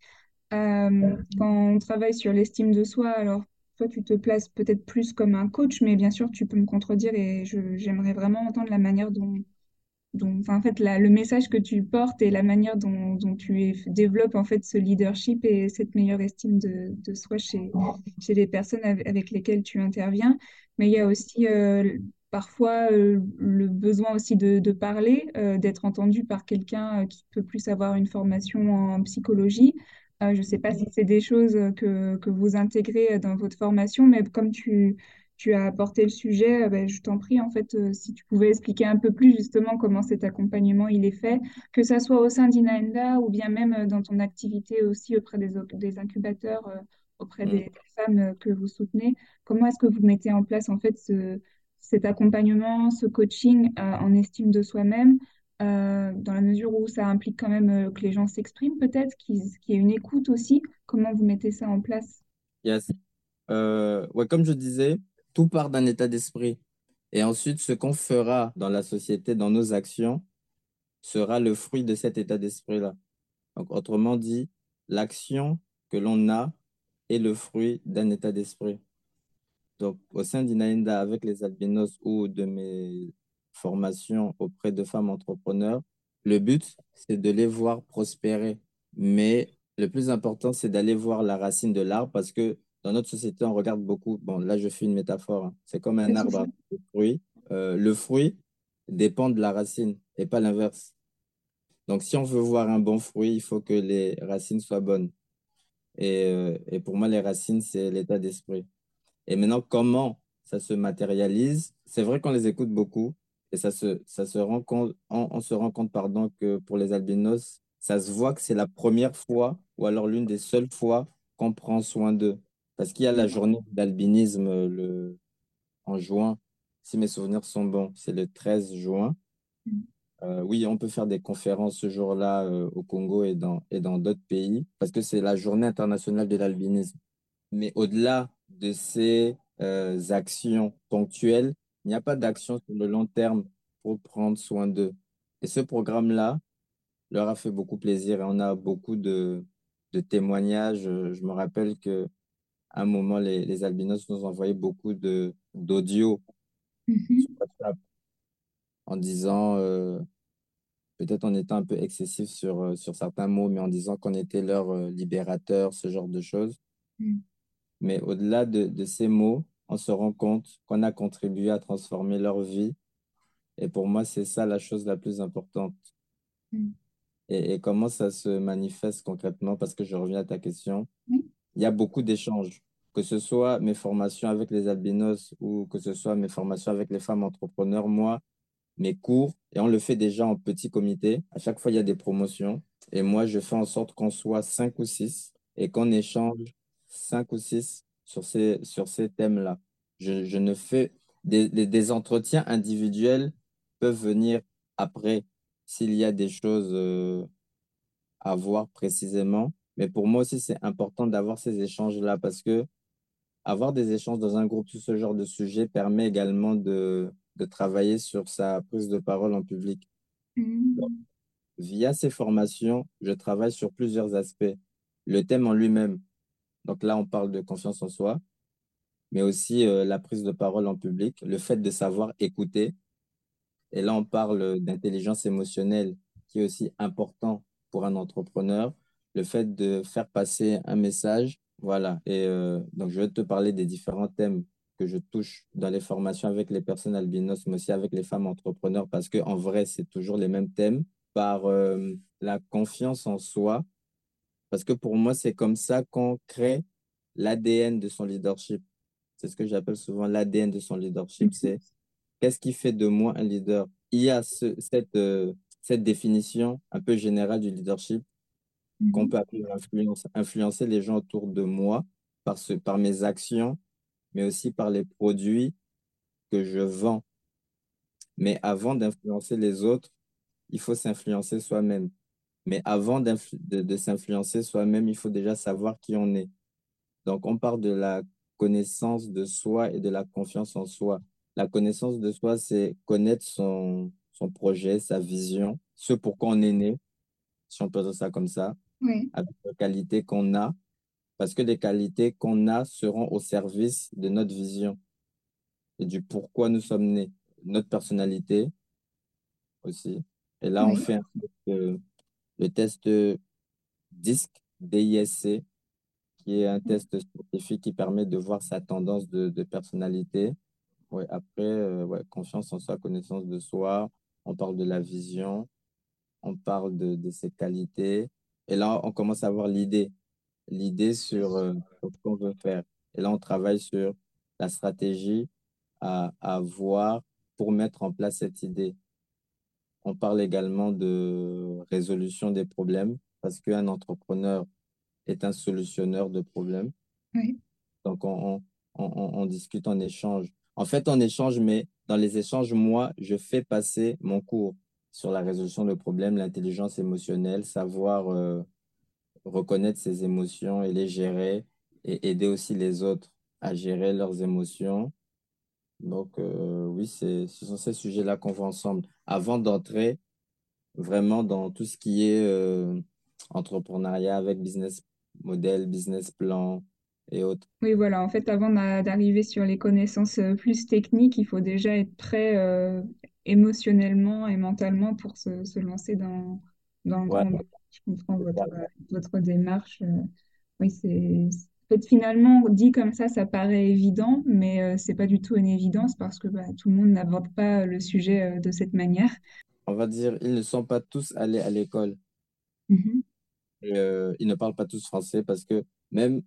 Euh, quand on travaille sur l'estime de soi, alors toi, tu te places peut-être plus comme un coach, mais bien sûr, tu peux me contredire et je, j'aimerais vraiment entendre la manière dont donc, enfin, en fait, la- le message que tu portes et la manière dont, dont tu es- développes en fait ce leadership et cette meilleure estime de, de soi chez, chez les personnes avec, avec lesquelles tu interviens. Mais il y a aussi euh, parfois euh, le besoin aussi de, de parler, euh, d'être entendu par quelqu'un euh, qui peut plus avoir une formation en psychologie. Euh, je ne sais pas si c'est des choses que, que vous intégrez dans votre formation, mais comme tu tu as apporté le sujet, euh, ben, je t'en prie, en fait, euh, si tu pouvais expliquer un peu plus justement comment cet accompagnement il est fait, que ça soit au sein d'Inaenda ou bien même euh, dans ton activité aussi auprès des, o- des incubateurs, euh, auprès des, Mm. des femmes euh, que vous soutenez. Comment est-ce que vous mettez en place en fait ce, cet accompagnement, ce coaching euh, en estime de soi-même, euh, dans la mesure où ça implique quand même euh, que les gens s'expriment peut-être, qu'il qu'il y ait une écoute aussi. Comment vous mettez ça en place? Yes. Euh, ouais, comme je disais, tout part d'un état d'esprit. Et ensuite, ce qu'on fera dans la société, dans nos actions, sera le fruit de cet état d'esprit-là. Donc, autrement dit, l'action que l'on a est le fruit d'un état d'esprit. Donc, au sein d'Inaïnda, avec les albinos ou de mes formations auprès de femmes entrepreneurs, le but, c'est de les voir prospérer. Mais le plus important, c'est d'aller voir la racine de l'arbre parce que dans notre société, on regarde beaucoup. Bon, là, je fais une métaphore, hein. C'est comme Pas un de arbre souci. à fruits. Euh, le fruit dépend de la racine et pas l'inverse. Donc, si on veut voir un bon fruit, il faut que les racines soient bonnes. Et, euh, et pour moi, les racines, c'est l'état d'esprit. Et maintenant, comment ça se matérialise? C'est vrai qu'on les écoute beaucoup et ça se, ça se rend compte, on, on se rend compte, pardon, que pour les albinos, ça se voit que c'est la première fois ou alors l'une des seules fois qu'on prend soin d'eux. Parce qu'il y a la journée d'albinisme euh, le, en juin, si mes souvenirs sont bons, c'est le treize juin. Euh, oui, on peut faire des conférences ce jour-là euh, au Congo et dans, et dans d'autres pays parce que c'est la journée internationale de l'albinisme. Mais au-delà de ces euh, actions ponctuelles, il n'y a pas d'action sur le long terme pour prendre soin d'eux. Et ce programme-là leur a fait beaucoup plaisir et on a beaucoup de, de témoignages. Je me rappelle que à un moment, les, les albinos nous envoyaient beaucoup de d'audio sur Mhm. WhatsApp en disant, euh, peut-être en étant un peu excessif sur, euh, sur certains mots, mais en disant qu'on était leur euh, libérateur, ce genre de choses. Mhm. Mais au-delà de, de ces mots, on se rend compte qu'on a contribué à transformer leur vie. Et pour moi, c'est ça la chose la plus importante. Mhm. Et, et comment ça se manifeste concrètement? Parce que je reviens à ta question. Oui. Il y a beaucoup d'échanges, que ce soit mes formations avec les albinos ou que ce soit mes formations avec les femmes entrepreneurs. Moi, mes cours, et on le fait déjà en petit comité. À chaque fois, il y a des promotions. Et moi, je fais en sorte qu'on soit cinq ou six et qu'on échange cinq ou six sur ces, sur ces thèmes-là. Je, je ne fais des, des, des entretiens individuels peuvent venir après s'il y a des choses euh, à voir précisément. Mais pour moi aussi, c'est important d'avoir ces échanges-là parce que avoir des échanges dans un groupe sur ce genre de sujet permet également de, de travailler sur sa prise de parole en public. Donc, Mhm. via ces formations, je travaille sur plusieurs aspects. Le thème en lui-même, donc là, on parle de confiance en soi, mais aussi euh, la prise de parole en public, le fait de savoir écouter. Et là, on parle d'intelligence émotionnelle, qui est aussi important pour un entrepreneur, le fait de faire passer un message. Voilà. Et euh, donc, je vais te parler des différents thèmes que je touche dans les formations avec les personnes albinos, mais aussi avec les femmes entrepreneurs, parce que en vrai, c'est toujours les mêmes thèmes. Par euh, la confiance en soi, parce que pour moi, c'est comme ça qu'on crée l'A D N de son leadership. C'est ce que j'appelle souvent l'A D N de son leadership, c'est qu'est-ce qui fait de moi un leader? Il y a ce- cette, euh, cette définition un peu générale du leadership qu'on Mhm. peut appeler l'influence, influencer les gens autour de moi par ce, par mes actions, mais aussi par les produits que je vends. Mais avant d'influencer les autres, il faut s'influencer soi-même. Mais avant d'influ- de, de s'influencer soi-même, il faut déjà savoir qui on est. Donc, on parle de la connaissance de soi et de la confiance en soi. La connaissance de soi, c'est connaître son, son projet, sa vision, ce pourquoi on est né, si on peut dire ça comme ça, Oui. avec les qualités qu'on a, parce que les qualités qu'on a seront au service de notre vision et du pourquoi nous sommes nés, notre personnalité aussi. Et là, on Oui. fait un test, euh, le test DISC, D I S C, qui est un test scientifique qui permet de voir sa tendance de, de personnalité. Ouais, après, euh, ouais, confiance en soi, connaissance de soi, on parle de la vision, on parle de, de ses qualités. Et là, on commence à avoir l'idée, l'idée sur, euh, sur ce qu'on veut faire. Et là, on travaille sur la stratégie à, à avoir pour mettre en place cette idée. On parle également de résolution des problèmes parce qu'un entrepreneur est un solutionneur de problèmes. Oui. Donc, on, on, on, on discute, on échange. En fait, on échange, mais dans les échanges, moi, je fais passer mon cours sur la résolution de problèmes, l'intelligence émotionnelle, savoir euh, reconnaître ses émotions et les gérer et aider aussi les autres à gérer leurs émotions. Donc, euh, oui, c'est, ce sont ces sujets-là qu'on voit ensemble. Avant d'entrer vraiment dans tout ce qui est euh, entrepreneuriat avec business model, business plan et autres. Oui, voilà. En fait, avant d'a- d'arriver sur les connaissances euh, plus techniques, il faut déjà être prêt euh, émotionnellement et mentalement pour se, se lancer dans, dans le grand Voilà. bain. Je comprends votre, euh, votre démarche. euh. Oui, c'est, c'est- en fait, finalement, dit comme ça, ça paraît évident, mais euh, c'est pas du tout une évidence parce que bah, tout le monde n'aborde pas le sujet euh, de cette manière. on va dire, ils ne sont pas tous allés à l'école. Mhm. Et, euh, ils ne parlent pas tous français parce que même,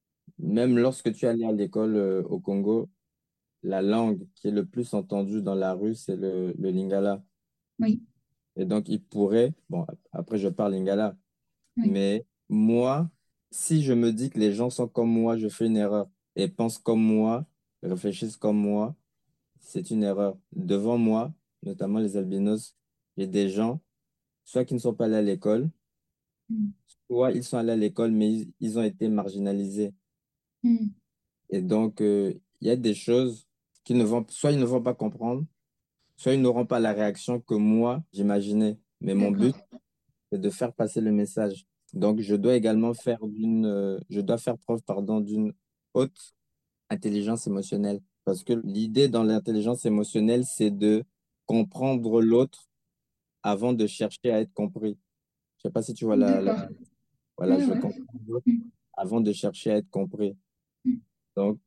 même lorsque tu es allé à l'école euh, au Congo, la langue qui est le plus entendue dans la rue, c'est le, le Lingala. Oui, Et donc, ils pourraient, bon, après, je parle Lingala, oui, mais moi, si je me dis que les gens sont comme moi, je fais une erreur. Et pensent comme moi, réfléchissent comme moi, c'est une erreur. Devant moi, notamment les albinos, il y a des gens, soit qui ne sont pas allés à l'école, mm, soit ils sont allés à l'école, mais ils, ils ont été marginalisés. mm, Et donc, euh, il y a des choses qu'ils ne vont, soit ils ne vont pas comprendre, soit ils n'auront pas la réaction que moi, j'imaginais. Mais mon but, d'accord. c'est de faire passer le message. Donc, je dois également faire d'une, euh, je dois faire preuve, pardon, d'une haute intelligence émotionnelle. Parce que l'idée dans l'intelligence émotionnelle, c'est de comprendre l'autre avant de chercher à être compris. Je sais pas si tu vois la, la- D'accord. voilà, Ouais, je ouais. comprends l'autre Mm, avant de chercher à être compris. mm, Donc,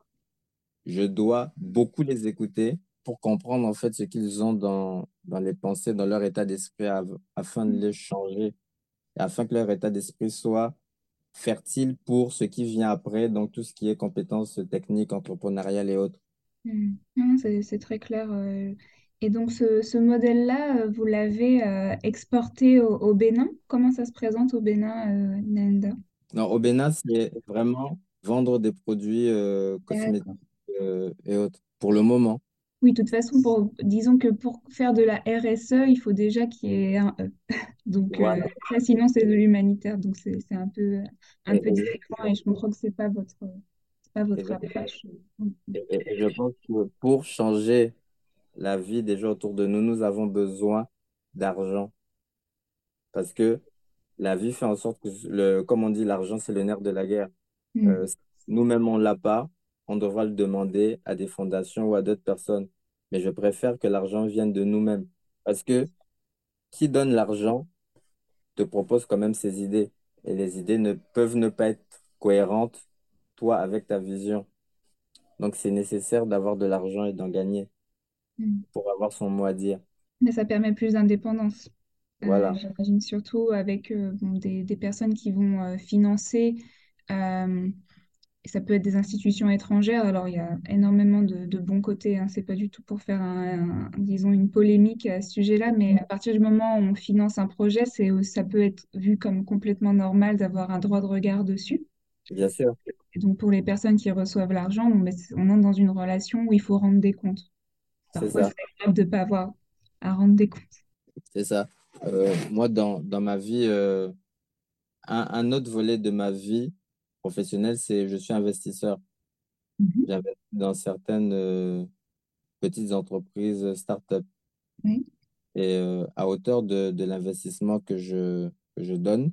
je dois beaucoup les écouter pour comprendre en fait ce qu'ils ont dans, dans les pensées, dans leur état d'esprit av- afin de mm, les changer et afin que leur état d'esprit soit fertile pour ce qui vient après, donc tout ce qui est compétences techniques, entrepreneuriales et autres. mm. Non, c'est, c'est très clair. euh. Et donc, ce, ce modèle-là, euh, vous l'avez euh, exporté au, au Bénin? Comment ça se présente au Bénin, euh, Nanda? Non, au Bénin, c'est vraiment vendre des produits euh, cosmétiques D'accord. euh, et autres pour le moment. Oui, de toute façon, pour, disons que pour faire de la R S E, il faut déjà qu'il y ait un E. Donc, euh, Voilà. ça, sinon, c'est de l'humanitaire. Donc, c'est, c'est un peu, un Et, peu différent et- et je comprends que c'est pas votre, c'est pas votre et- approche. Mm, et- et je pense que pour changer la vie des gens autour de nous, nous avons besoin d'argent parce que la vie fait en sorte que, le, comme on dit, l'argent, c'est le nerf de la guerre. Euh, mm, nous-mêmes, on l'a pas, on devra le demander à des fondations ou à d'autres personnes. Mais je préfère que l'argent vienne de nous-mêmes parce que qui donne l'argent te propose quand même ses idées. Et les idées ne peuvent ne pas être cohérentes, toi, avec ta vision. Donc, c'est nécessaire d'avoir de l'argent et d'en gagner mm. pour avoir son mot à dire. Mais ça permet plus d'indépendance. Euh, Voilà. j'imagine surtout avec euh, bon, des, des personnes qui vont euh, financer. euh, et ça peut être des institutions étrangères. Alors, il y a énormément de, de bons côtés, hein. C'est pas du tout pour faire un, un- disons, une polémique à ce sujet-là, mais à partir du moment où on finance un projet, c'est, ça peut être vu comme complètement normal d'avoir un droit de regard dessus. Bien sûr, Et donc, pour les personnes qui reçoivent l'argent, bon, ben, c'est- on entre dans une relation où il faut rendre des comptes. c'est Parfois, ça. c'est agréable de ne pas avoir à rendre des comptes. C'est ça. Euh, moi, dans, dans ma vie, euh, un, un autre volet de ma vie professionnelle, c'est je suis investisseur. Mhm. J'investis dans certaines euh, petites entreprises, euh, start-up. Oui, Et euh, à hauteur de, de l'investissement que je, que je donne,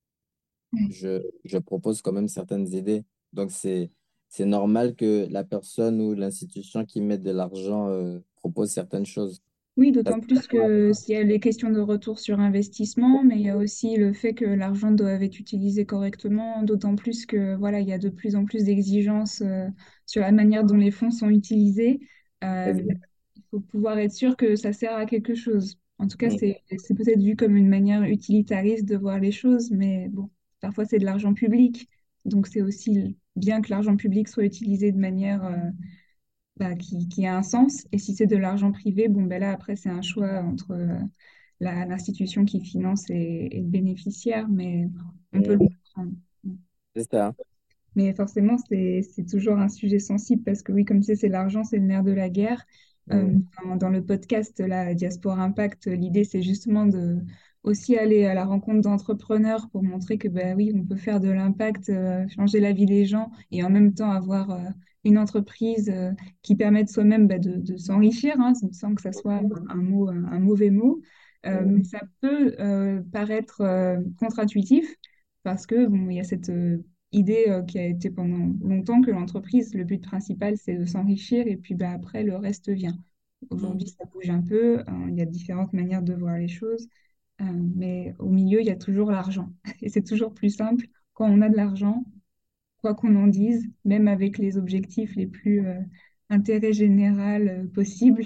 oui. je, je propose quand même certaines idées. Donc, c'est, c'est normal que la personne ou l'institution qui met de l'argent euh, propose certaines choses. Oui, Parce d'autant plus que s'il y a les questions de retour sur investissement, mais il y a aussi le fait que l'argent doit être utilisé correctement, d'autant plus que voilà, il y a de plus en plus d'exigences euh, sur la manière dont les fonds sont utilisés. Euh, que- il faut pouvoir être sûr que ça sert à quelque chose. En tout cas, c'est c'est peut-être vu comme une manière utilitariste de voir les choses, mais bon, parfois c'est de l'argent public, donc c'est aussi bien que l'argent public soit utilisé de manière euh, bah, qui, qui a un sens. Et si c'est de l'argent privé, bon, ben là, après, c'est un choix entre euh, la- l'institution qui finance et, et le bénéficiaire, mais on peut le comprendre. c'est ça. Mais forcément, c'est, c'est toujours un sujet sensible parce que oui, comme tu sais, c'est l'argent, c'est le nerf de la guerre. Euh, Mm. dans, dans le podcast, la Diaspora Impact, l'idée, c'est justement de aussi aller à la rencontre d'entrepreneurs pour montrer que bah oui, on peut faire de l'impact, euh, changer la vie des gens et en même temps avoir euh, une entreprise euh, qui permette soi-même bah, de, de s'enrichir, hein, sans que ça soit un mot, un, un mauvais mot. Euh, Mm. mais ça peut euh, paraître euh, contre-intuitif parce que bon, il y a cette euh, idée euh, qui a été pendant longtemps que l'entreprise, le but principal, c'est de s'enrichir et puis bah, après, le reste vient. Mm. Aujourd'hui, ça bouge un peu, hein, il y a différentes manières de voir les choses, euh, mais au milieu, il y a toujours l'argent. Et c'est toujours plus simple quand on a de l'argent, quoi qu'on en dise, même avec les objectifs les plus euh, intérêt général euh, possibles.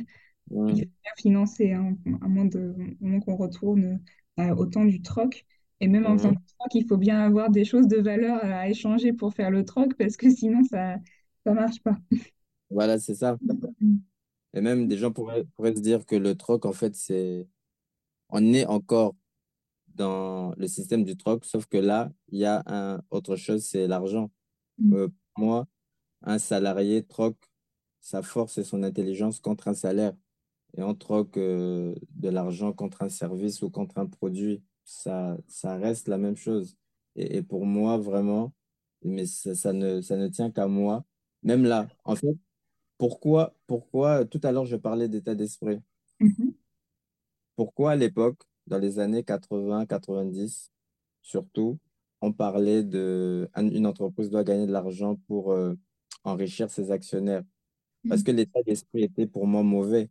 Il Mm. faut bien financer, hein, à moins de, au moins qu'on retourne euh, au temps du troc. Et même en faisant Mhm. du troc, il faut bien avoir des choses de valeur à échanger pour faire le troc parce que sinon, ça ça marche pas. Voilà, c'est ça. Mm. Et même des gens pourraient, pourraient se dire que le troc, en fait, c'est, on est encore dans le système du troc, sauf que là, il y a un, autre chose, c'est l'argent. Mm. Euh, pour moi, un salarié troque sa force et son intelligence contre un salaire. Et on troque euh, de l'argent contre un service ou contre un produit. Ça, ça reste la même chose. Et, et pour moi, vraiment, mais ça, ça ne, ça ne tient qu'à moi. Même là, en fait, pourquoi, pourquoi tout à l'heure je parlais d'état d'esprit? Mhm. Pourquoi à l'époque, dans les années quatre-vingts, quatre-vingt-dix, surtout, on parlait de un- une entreprise doit gagner de l'argent pour euh, enrichir ses actionnaires? Parce Mm. que l'état d'esprit était pour moi mauvais.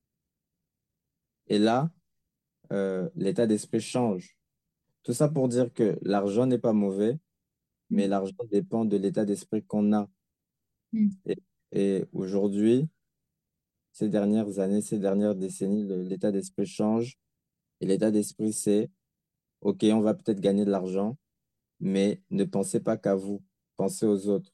Et là, euh, l'état d'esprit change. Tout ça pour dire que l'argent n'est pas mauvais, mais Mm. l'argent dépend de l'état d'esprit qu'on a. Mm. Et, et aujourd'hui, ces dernières années, ces dernières décennies, le- l'état d'esprit change. Et l'état d'esprit, c'est, OK, on va peut-être gagner de l'argent, mais ne pensez pas qu'à vous, pensez aux autres.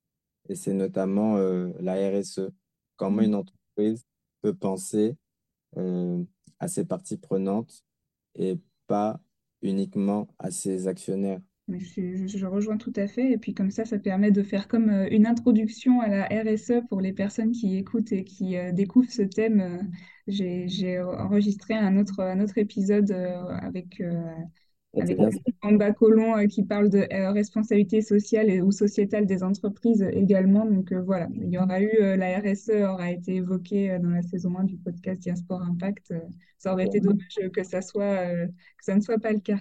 Et c'est notamment euh, la R S E. Comment Mm. une entreprise peut penser euh, à ses parties prenantes et pas uniquement à ses actionnaires. Mais je, je- je rejoins tout à fait. Et puis comme ça, ça permet de faire comme euh, une introduction à la R S E pour les personnes qui écoutent et qui euh, découvrent ce thème. Euh, j'ai, j'ai enregistré un autre, un autre épisode euh, avec, euh, Ah, c'est avec bien ça. Amanda Colomb euh, qui parle de euh, responsabilité sociale et, ou sociétale des entreprises également. Donc euh, voilà, il y aura eu, euh, la R S E aura été évoquée euh, dans la saison un du podcast Diaspora Impact. Euh, ça aurait été dommage que ça soit, euh, que ça ne soit pas le cas.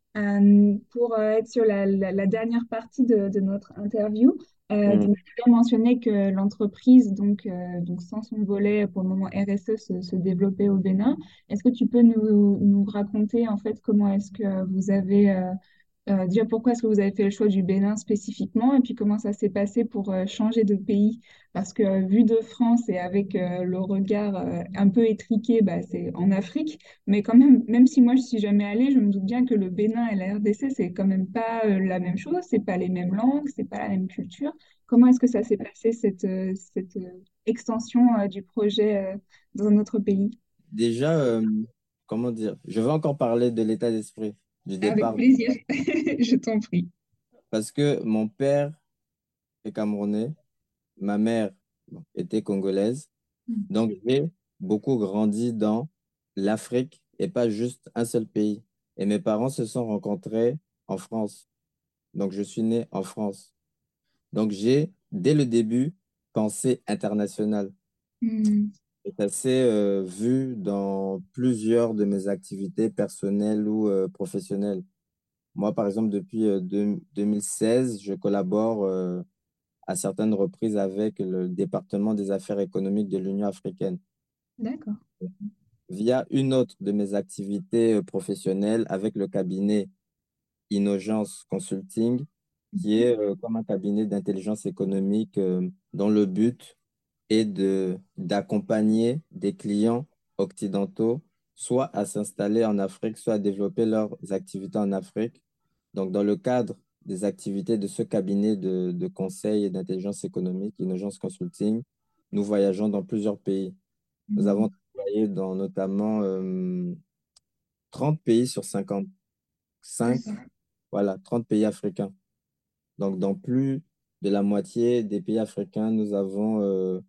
Euh, pour euh, être sur la, la- la dernière partie de, de notre interview, euh, Mm. donc, tu as mentionné que l'entreprise, donc, euh, donc sans son volet pour le moment R S E, se, se développait au Bénin. Est-ce que tu peux nous, nous raconter en fait comment est-ce que vous avez euh, euh, déjà, pourquoi est-ce que vous avez fait le choix du Bénin spécifiquement et puis comment ça s'est passé pour euh, changer de pays? Parce que euh, vu de France et avec euh, le regard euh, un peu étriqué, bah, c'est en Afrique. Mais quand même, même si moi je suis jamais allée, je me doute bien que le Bénin et la R D C, c'est quand même pas euh, la même chose, c'est pas les mêmes langues, c'est pas la même culture. Comment est-ce que ça s'est passé cette, euh, cette euh, extension euh, du projet euh, dans un autre pays? Déjà, euh, comment dire, je vais encore parler de l'état d'esprit du Avec départ plaisir, je t'en prie. parce que mon père est camerounais, ma mère bon, était congolaise. Donc, j'ai beaucoup grandi dans l'Afrique et pas juste un seul pays. Et mes parents se sont rencontrés en France. Donc, je suis né en France. Donc, j'ai, dès le début, pensé international. Hmm. C'est assez euh, vu dans plusieurs de mes activités personnelles ou euh, professionnelles. Moi, par exemple, depuis euh, deux- 2016, je collabore euh, à certaines reprises avec le département des affaires économiques de l'Union africaine D'accord. via une autre de mes activités euh, professionnelles avec le cabinet Innogence Consulting, qui est euh, comme un cabinet d'intelligence économique euh, dont le but est de d'accompagner des clients occidentaux soit à s'installer en Afrique, soit à développer leurs activités en Afrique. Donc, dans le cadre des activités de ce cabinet de, de conseil et d'intelligence économique, Innogence Consulting, nous voyageons dans plusieurs pays. Nous Hmm. avons travaillé dans notamment euh, trente pays sur cinquante-cinq, D'accord. voilà, trente pays africains. Donc, dans plus de la moitié des pays africains, nous avons euh,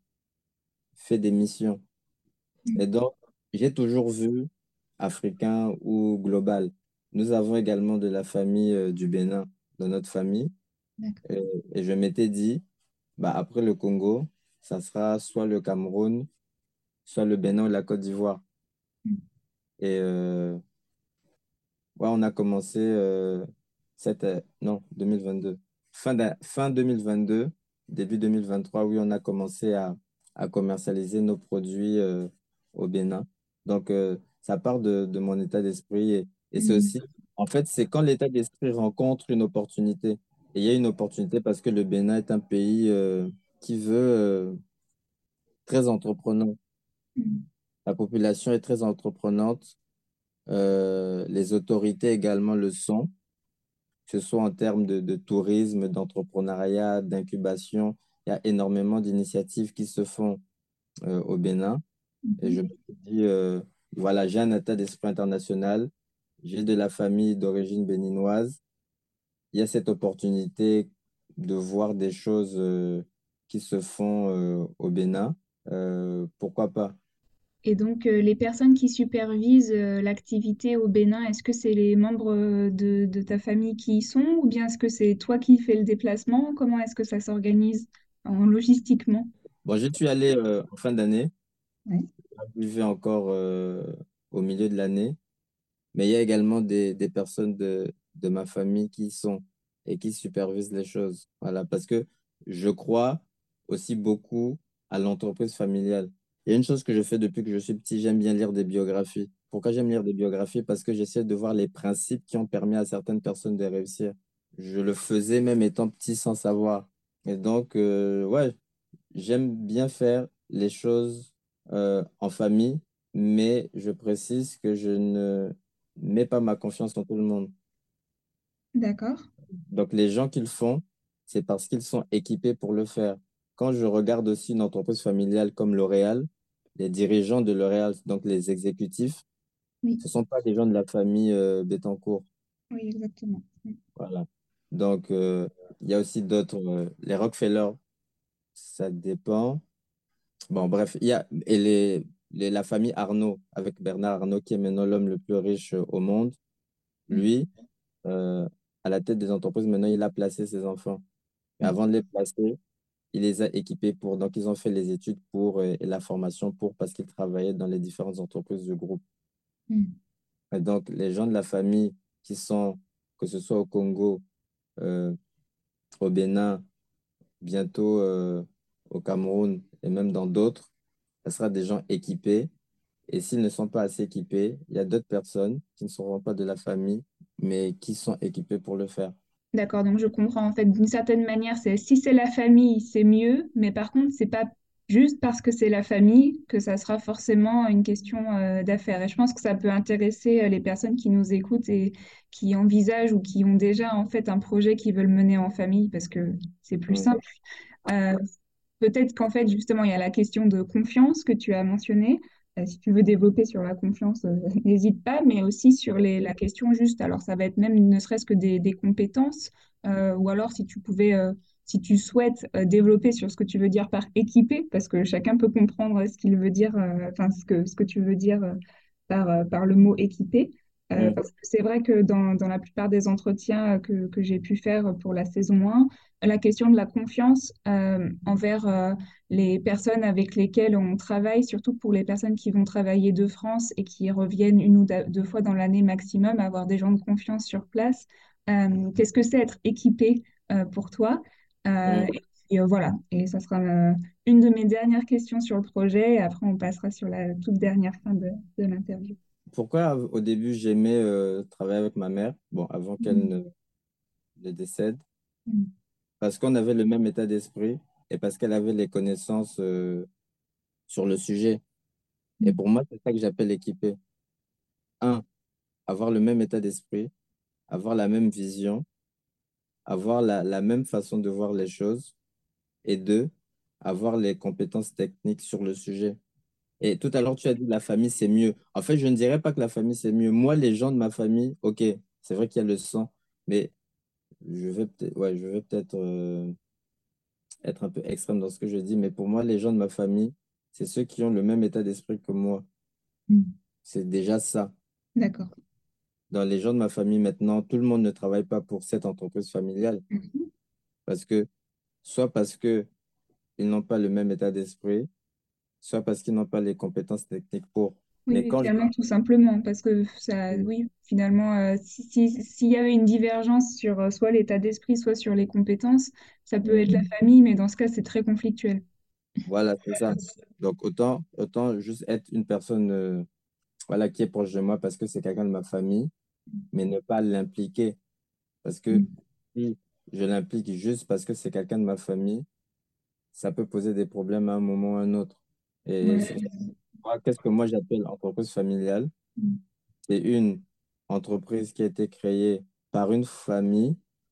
fait des missions. Hmm. Et donc, j'ai toujours vu africain ou global. Nous avons également de la famille euh, du Bénin dans notre famille. D'accord. Et, et je m'étais dit, bah, après le Congo, ça sera soit le Cameroun, soit le Bénin ou la Côte d'Ivoire. Hmm. Et euh, ouais, on a commencé euh, cette, euh, non, deux mille vingt-deux. Fin, d'a- fin deux mille vingt-deux, début deux mille vingt-trois, oui, on a commencé à, à commercialiser nos produits euh, au Bénin. Donc, euh, ça part de, de mon état d'esprit. Et, et c'est Hmm. aussi, en fait, c'est quand l'état d'esprit rencontre une opportunité. Et il y a une opportunité parce que le Bénin est un pays euh, qui veut, euh, très entreprenant. Hmm. La population est très entreprenante. Euh, les autorités également le sont, que ce soit en termes de, de tourisme, d'entrepreneuriat, d'incubation. Il y a énormément d'initiatives qui se font euh, au Bénin. Et je Mhm. me suis dit, euh, voilà, j'ai un état d'esprit international, j'ai de la famille d'origine béninoise. Il y a cette opportunité de voir des choses euh, qui se font euh, au Bénin. Euh, pourquoi pas? Et donc, euh, les personnes qui supervisent euh, l'activité au Bénin, est-ce que c'est les membres euh, de, de ta famille qui y sont ou bien est-ce que c'est toi qui fais le déplacement? Comment est-ce que ça s'organise en logistiquement? Bon, je suis allé euh, en fin d'année, Ouais. je vais encore euh, au milieu de l'année. Mais il y a également des, des personnes de, de ma famille qui y sont et qui supervisent les choses. Voilà, parce que je crois aussi beaucoup à l'entreprise familiale. Il y a une chose que je fais depuis que je suis petit, j'aime bien lire des biographies. Pourquoi j'aime lire des biographies? Parce que j'essaie de voir les principes qui ont permis à certaines personnes de réussir. Je le faisais même étant petit sans savoir. Et donc, euh, ouais, j'aime bien faire les choses euh, en famille, mais je précise que je ne mets pas ma confiance en tout le monde. D'accord. Donc, les gens qui le font, c'est parce qu'ils sont équipés pour le faire. Quand je regarde aussi une entreprise familiale comme L'Oréal, les dirigeants de L'Oréal, donc les exécutifs, Oui, ce ne sont pas des gens de la famille euh, Bettencourt. oui, exactement. Voilà. Donc, euh, il y a aussi d'autres, euh, les Rockefeller, ça dépend. Bon, bref, il y a et les, les- la famille Arnault, avec Bernard Arnault, qui est maintenant l'homme le plus riche euh, au monde. Mm. Lui, euh, à la tête des entreprises, maintenant, il a placé ses enfants. Mais Mm. avant de les placer, il les a équipés pour. Donc, ils ont fait les études pour euh, et la formation pour parce qu'ils travaillaient dans les différentes entreprises du groupe. Mm. Et donc, les gens de la famille qui sont, que ce soit au Congo, euh, au Bénin, bientôt euh, au Cameroun et même dans d'autres, ce sera des gens équipés. Et s'ils ne sont pas assez équipés, il y a d'autres personnes qui ne seront pas de la famille, mais qui sont équipées pour le faire. D'accord, donc je comprends en fait d'une certaine manière, c'est si c'est la famille, c'est mieux, mais par contre, c'est pas juste parce que c'est la famille que ça sera forcément une question euh, d'affaires. Et je pense que ça peut intéresser euh, les personnes qui nous écoutent et qui envisagent ou qui ont déjà en fait un projet qu'ils veulent mener en famille parce que c'est plus Mm, simple. Euh, Peut-être qu'en fait, justement, il y a la question de confiance que tu as mentionnée. Euh, si tu veux développer sur la confiance, euh, n'hésite pas, mais aussi sur les, la question juste. Alors, ça va être même ne serait-ce que des, des compétences, euh, ou alors si tu pouvais, euh, si tu souhaites euh, développer sur ce que tu veux dire par équiper, parce que chacun peut comprendre ce qu'il veut dire, euh, enfin, ce que, ce que tu veux dire euh, par, euh, par le mot équiper. Euh, mm, parce que c'est vrai que dans, dans la plupart des entretiens euh, que, que j'ai pu faire pour la saison un, la question de la confiance euh, envers euh, les personnes avec lesquelles on travaille, surtout pour les personnes qui vont travailler de France et qui reviennent une ou deux fois dans l'année maximum, avoir des gens de confiance sur place. Euh, qu'est-ce que c'est être équipé euh, pour toi? Euh, mm. et puis, euh, voilà, et ça sera euh, une de mes dernières questions sur le projet, et après on passera sur la toute dernière fin de, de l'interview. Pourquoi au début j'aimais euh, travailler avec ma mère, bon, avant qu'elle Mhm. ne, ne décède, Mhm. parce qu'on avait le même état d'esprit et parce qu'elle avait les connaissances euh, sur le sujet. Et Mhm. pour moi, c'est ça que j'appelle équipé. Un, avoir le même état d'esprit, avoir la même vision, avoir la, la même façon de voir les choses. Et deux, avoir les compétences techniques sur le sujet. Et tout à l'heure, tu as dit la famille, c'est mieux. En fait, je ne dirais pas que la famille, c'est mieux. Moi, les gens de ma famille, ok, c'est vrai qu'il y a le sang, mais je vais peut-être ouais, je vais peut-être euh, être un peu extrême dans ce que je dis, mais pour moi, les gens de ma famille, c'est ceux qui ont le même état d'esprit que moi. Mhm. C'est déjà ça. D'accord. Dans les gens de ma famille maintenant, tout le monde ne travaille pas pour cette entreprise familiale Mhm. parce que, soit parce que ils n'ont pas le même état d'esprit, soit parce qu'ils n'ont pas les compétences techniques pour. Oui, Mais oui, quand je... clairement, tout simplement, parce que ça, oui, finalement, euh, si, si- s'il y avait une divergence sur euh, soit l'état d'esprit, soit sur les compétences, ça peut être la famille, mais dans ce cas, c'est très conflictuel. Voilà, c'est ça. Donc, autant, autant juste être une personne euh, voilà, qui est proche de moi parce que c'est quelqu'un de ma famille, mais ne pas l'impliquer. Parce que Mm. si je l'implique juste parce que c'est quelqu'un de ma famille, ça peut poser des problèmes à un moment ou à un autre. Et Ouais. c'est moi, qu'est-ce que moi j'appelle entreprise familiale? Mm. C'est une entreprise qui a été créée par une famille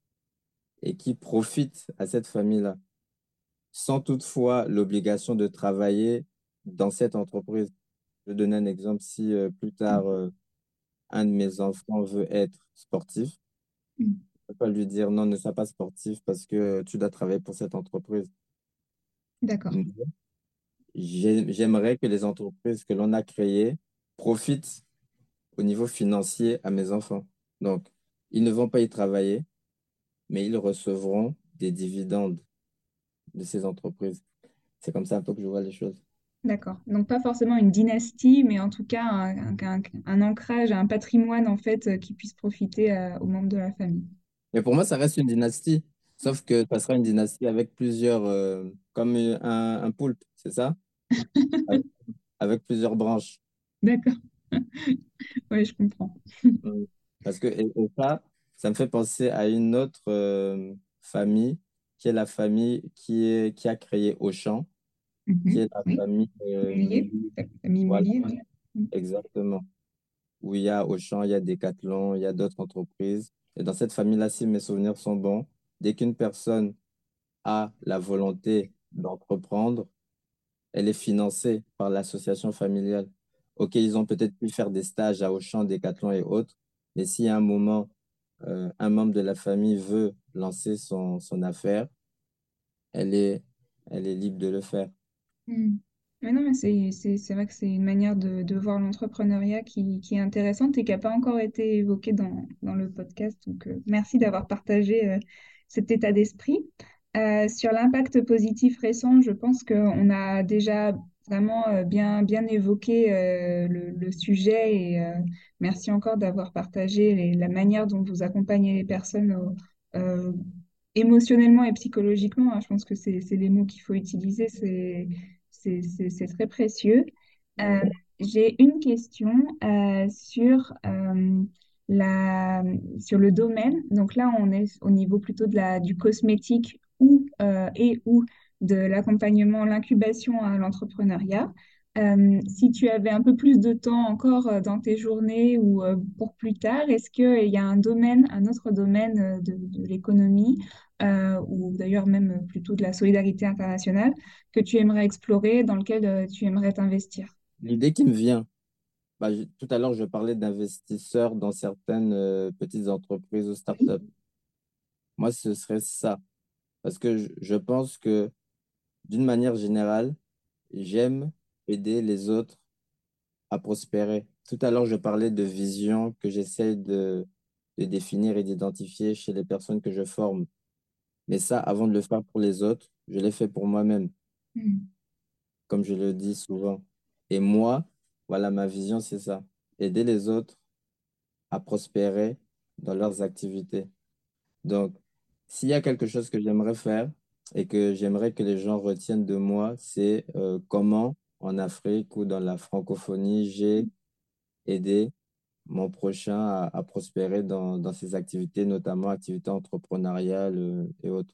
et qui profite à cette famille-là, sans toutefois l'obligation de travailler dans cette entreprise. Je vais donner un exemple. Si euh, plus tard, euh, un de mes enfants veut être sportif, Mm. je ne peux pas lui dire non, ne sois pas sportif parce que tu dois travailler pour cette entreprise. D'accord. J'ai- J'aimerais que les entreprises que l'on a créées profitent au niveau financier à mes enfants. Donc, ils ne vont pas y travailler, mais ils recevront des dividendes de ces entreprises. C'est comme ça un peu que je vois les choses. D'accord. Donc pas forcément une dynastie, mais en tout cas un, un- un ancrage, un patrimoine en fait euh, qui puisse profiter euh, aux membres de la famille. Mais pour moi, ça reste une dynastie, sauf que ça sera une dynastie avec plusieurs, euh, comme un, un poulpe, c'est ça? Avec avec plusieurs branches. D'accord. Oui, je comprends. Mm. Parce que, et, et ça, ça me fait penser à une autre euh, famille, qui est la famille qui est, qui a créé Auchan, qui Mhm. est la Oui. famille euh, Mullier. Mullier. Famille Voilà, Mullier, oui. Mm. exactement. Où il y a Auchan, il y a Decathlon, il y a d'autres entreprises. Et dans cette famille-là, si mes souvenirs sont bons, dès qu'une personne a la volonté d'entreprendre, elle est financée par l'association familiale. OK, ils ont peut-être pu faire des stages à Auchan, Decathlon et autres, mais si à un moment, euh, un membre de la famille veut lancer son, son affaire, elle est, elle est libre de le faire. Mm. Mais non, mais c'est, c'est, c'est vrai que c'est une manière de, de voir l'entrepreneuriat qui, qui est intéressante et qui n'a pas encore été évoquée dans, dans le podcast. Donc, euh, merci d'avoir partagé euh, cet état d'esprit. Euh, sur l'impact positif récent, je pense qu'on a déjà vraiment euh, bien, bien évoqué euh, le, le sujet et euh, merci encore d'avoir partagé les- la manière dont vous accompagnez les personnes euh, euh, émotionnellement et psychologiquement, hein. Je pense que c'est, c'est les mots qu'il faut utiliser. C'est c'est c'est- c'est très précieux. Euh, Mm. j'ai une question euh, sur, euh, la, sur le domaine. Donc là, on est au niveau plutôt de la, du cosmétique ou, euh, et ou de l'accompagnement, l'incubation à l'entrepreneuriat. Euh, si tu avais un peu plus de temps encore euh, dans tes journées ou euh, pour plus tard, est-ce qu'il y a un domaine, un autre domaine euh, de, de l'économie euh, ou d'ailleurs même plutôt de la solidarité internationale que tu aimerais explorer, dans lequel euh, tu aimerais t'investir? L'idée qui me vient, bah, je- tout à l'heure, je parlais d'investisseurs dans certaines euh, petites entreprises ou startups. Moi, ce serait ça. Parce que je, je pense que d'une manière générale, j'aime aider les autres à prospérer. Tout à l'heure, je parlais de vision que j'essaie de, de définir et d'identifier chez les personnes que je forme. Mais ça, avant de le faire pour les autres, je l'ai fait pour moi-même, Mm. comme je le dis souvent. Et moi, voilà, ma vision, c'est ça. Aider les autres à prospérer dans leurs activités. Donc, s'il y a quelque chose que j'aimerais faire et que j'aimerais que les gens retiennent de moi, c'est euh, comment en Afrique ou dans la francophonie, j'ai aidé mon prochain à, à prospérer dans, dans ses activités, notamment activités entrepreneuriales euh, et autres.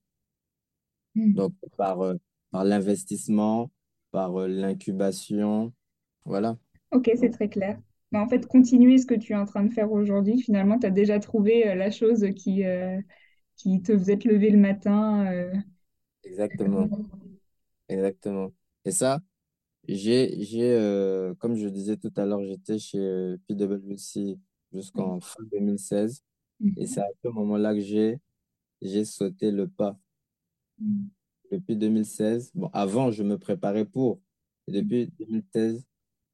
Mm. Donc, par, euh, par l'investissement, par euh, l'incubation, voilà. Ok, c'est Donc, très clair. Mais en fait, continuer ce que tu es en train de faire aujourd'hui, finalement, tu as déjà trouvé euh, la chose qui, euh, qui te faisait te lever le matin. euh. exactement, exactement. Et ça, j'ai, j'ai euh, comme je disais tout à l'heure, j'étais chez euh, P W C Oui. jusqu'en fin deux mille seize. Et c'est Mhm. à ce moment-là que j'ai, j'ai sauté le pas. Mm. Depuis deux mille seize, bon, avant, je me préparais pour. Et Mm. depuis deux mille seize,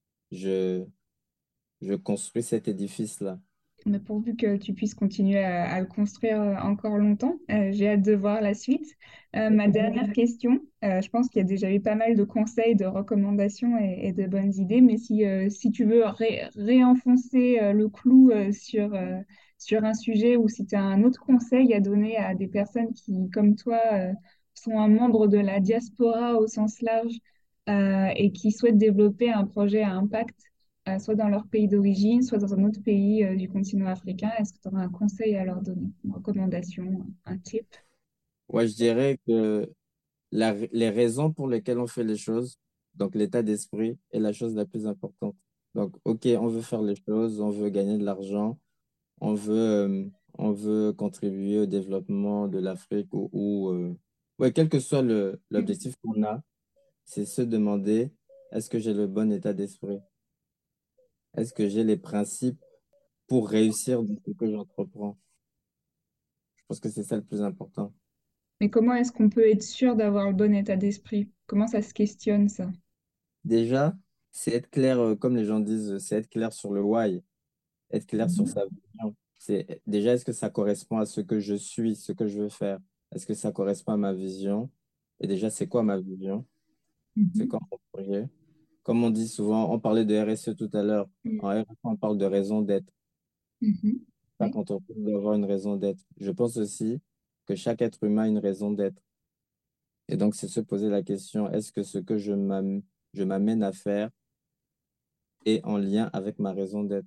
je, je construis cet édifice-là. Mais pourvu que tu puisses continuer à, à le construire euh, encore longtemps, euh, j'ai hâte de voir la suite. Euh, ma dernière question, euh, je pense qu'il y a déjà eu pas mal de conseils, de recommandations et, et de bonnes idées, mais si, euh, si tu veux ré- réenfoncer euh, le clou euh, sur, euh, sur un sujet ou si tu as un autre conseil à donner à des personnes qui, comme toi, euh, sont un membre de la diaspora au sens large euh, et qui souhaitent développer un projet à impact, euh, soit dans leur pays d'origine, soit dans un autre pays euh, du continent africain. Est-ce que tu aurais un conseil à leur donner, une recommandation, un tip? Ouais, je dirais que la- les raisons pour lesquelles on fait les choses Donc, l'état d'esprit est la chose la plus importante. Donc, OK, on veut faire les choses, on veut gagner de l'argent, on veut, euh, on veut contribuer au développement de l'Afrique ou, ou euh, ouais, quel que soit le, l'objectif qu'on a, c'est se demander, est-ce que j'ai le bon état d'esprit? Est-ce que j'ai les principes pour réussir dans ce que j'entreprends? Je pense que c'est ça le plus important. Mais comment est-ce qu'on peut être sûr d'avoir le bon état d'esprit? Comment ça se questionne, ça? Déjà, c'est être clair, euh, comme les gens disent, c'est être clair sur le why, être clair sur Mhm. sa vision. C'est déjà, est-ce que ça correspond à ce que je suis, ce que je veux faire? Est-ce que ça correspond à ma vision? Et déjà, c'est quoi ma vision? C'est Mhm. quoi mon projet? Comme on dit souvent, on parlait de R S E tout à l'heure. En R S E, on parle de raison d'être. Mhm. Chaque Oui. entreprise doit avoir une raison d'être. Je pense aussi que chaque être humain a une raison d'être. Et donc, c'est se poser la question, est-ce que ce que je m'am- je m'amène à faire est en lien avec ma raison d'être?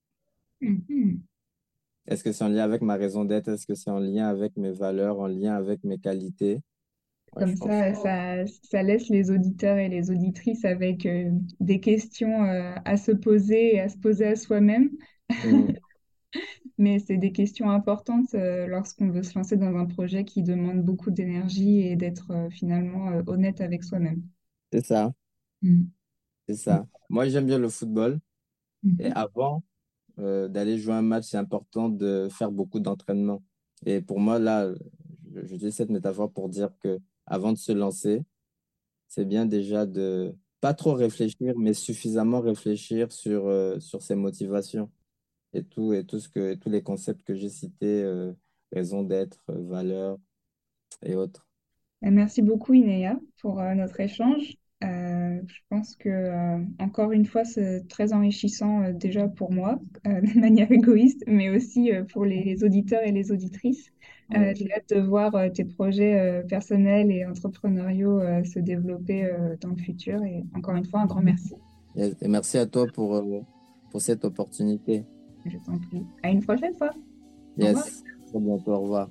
Mhm. Est-ce que c'est en lien avec ma raison d'être? Est-ce que c'est en lien avec mes valeurs, en lien avec mes qualités? Ouais, Comme je pense. ça, ça, ça laisse les auditeurs et les auditrices avec euh, des questions euh, à se poser et à se poser à soi-même. Mm, Mais c'est des questions importantes euh, lorsqu'on veut se lancer dans un projet qui demande beaucoup d'énergie et d'être euh, finalement euh, honnête avec soi-même. c'est ça, Mm. c'est ça. Moi, j'aime bien le football. Et Mhm. avant euh, d'aller jouer un match, c'est important de faire beaucoup d'entraînement. Et pour moi, là, je, je dis cette métaphore pour dire que avant de se lancer, c'est bien déjà de pas trop réfléchir, mais suffisamment réfléchir sur, euh, sur ses motivations et tout, et tout ce que, et tous les concepts que j'ai cités, euh, raison d'être, euh, valeur et autres. Euh, Merci beaucoup, Inéa, pour euh, notre échange. Euh, je pense que, euh, encore une fois, c'est très enrichissant euh, déjà pour moi, euh, de manière égoïste, mais aussi euh, pour les, les auditeurs et les auditrices. Euh, Ouais. j'ai hâte de voir euh, tes projets euh, personnels et entrepreneuriaux euh, se développer euh, dans le futur. Et encore une fois, un grand merci. Et, et merci à toi pour, euh, pour cette opportunité. Je t'en prie. À une prochaine fois. Au revoir. Yes, très bientôt, au revoir.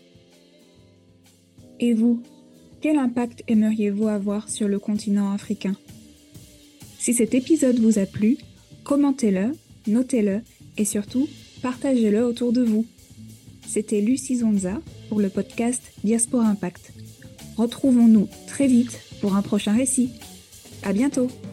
Et vous, quel impact aimeriez-vous avoir sur le continent africain? Si cet épisode vous a plu, commentez-le, notez-le et surtout, partagez-le autour de vous. C'était Lucie Zonza pour le podcast Diaspora Impact. Retrouvons-nous très vite pour un prochain récit. À bientôt!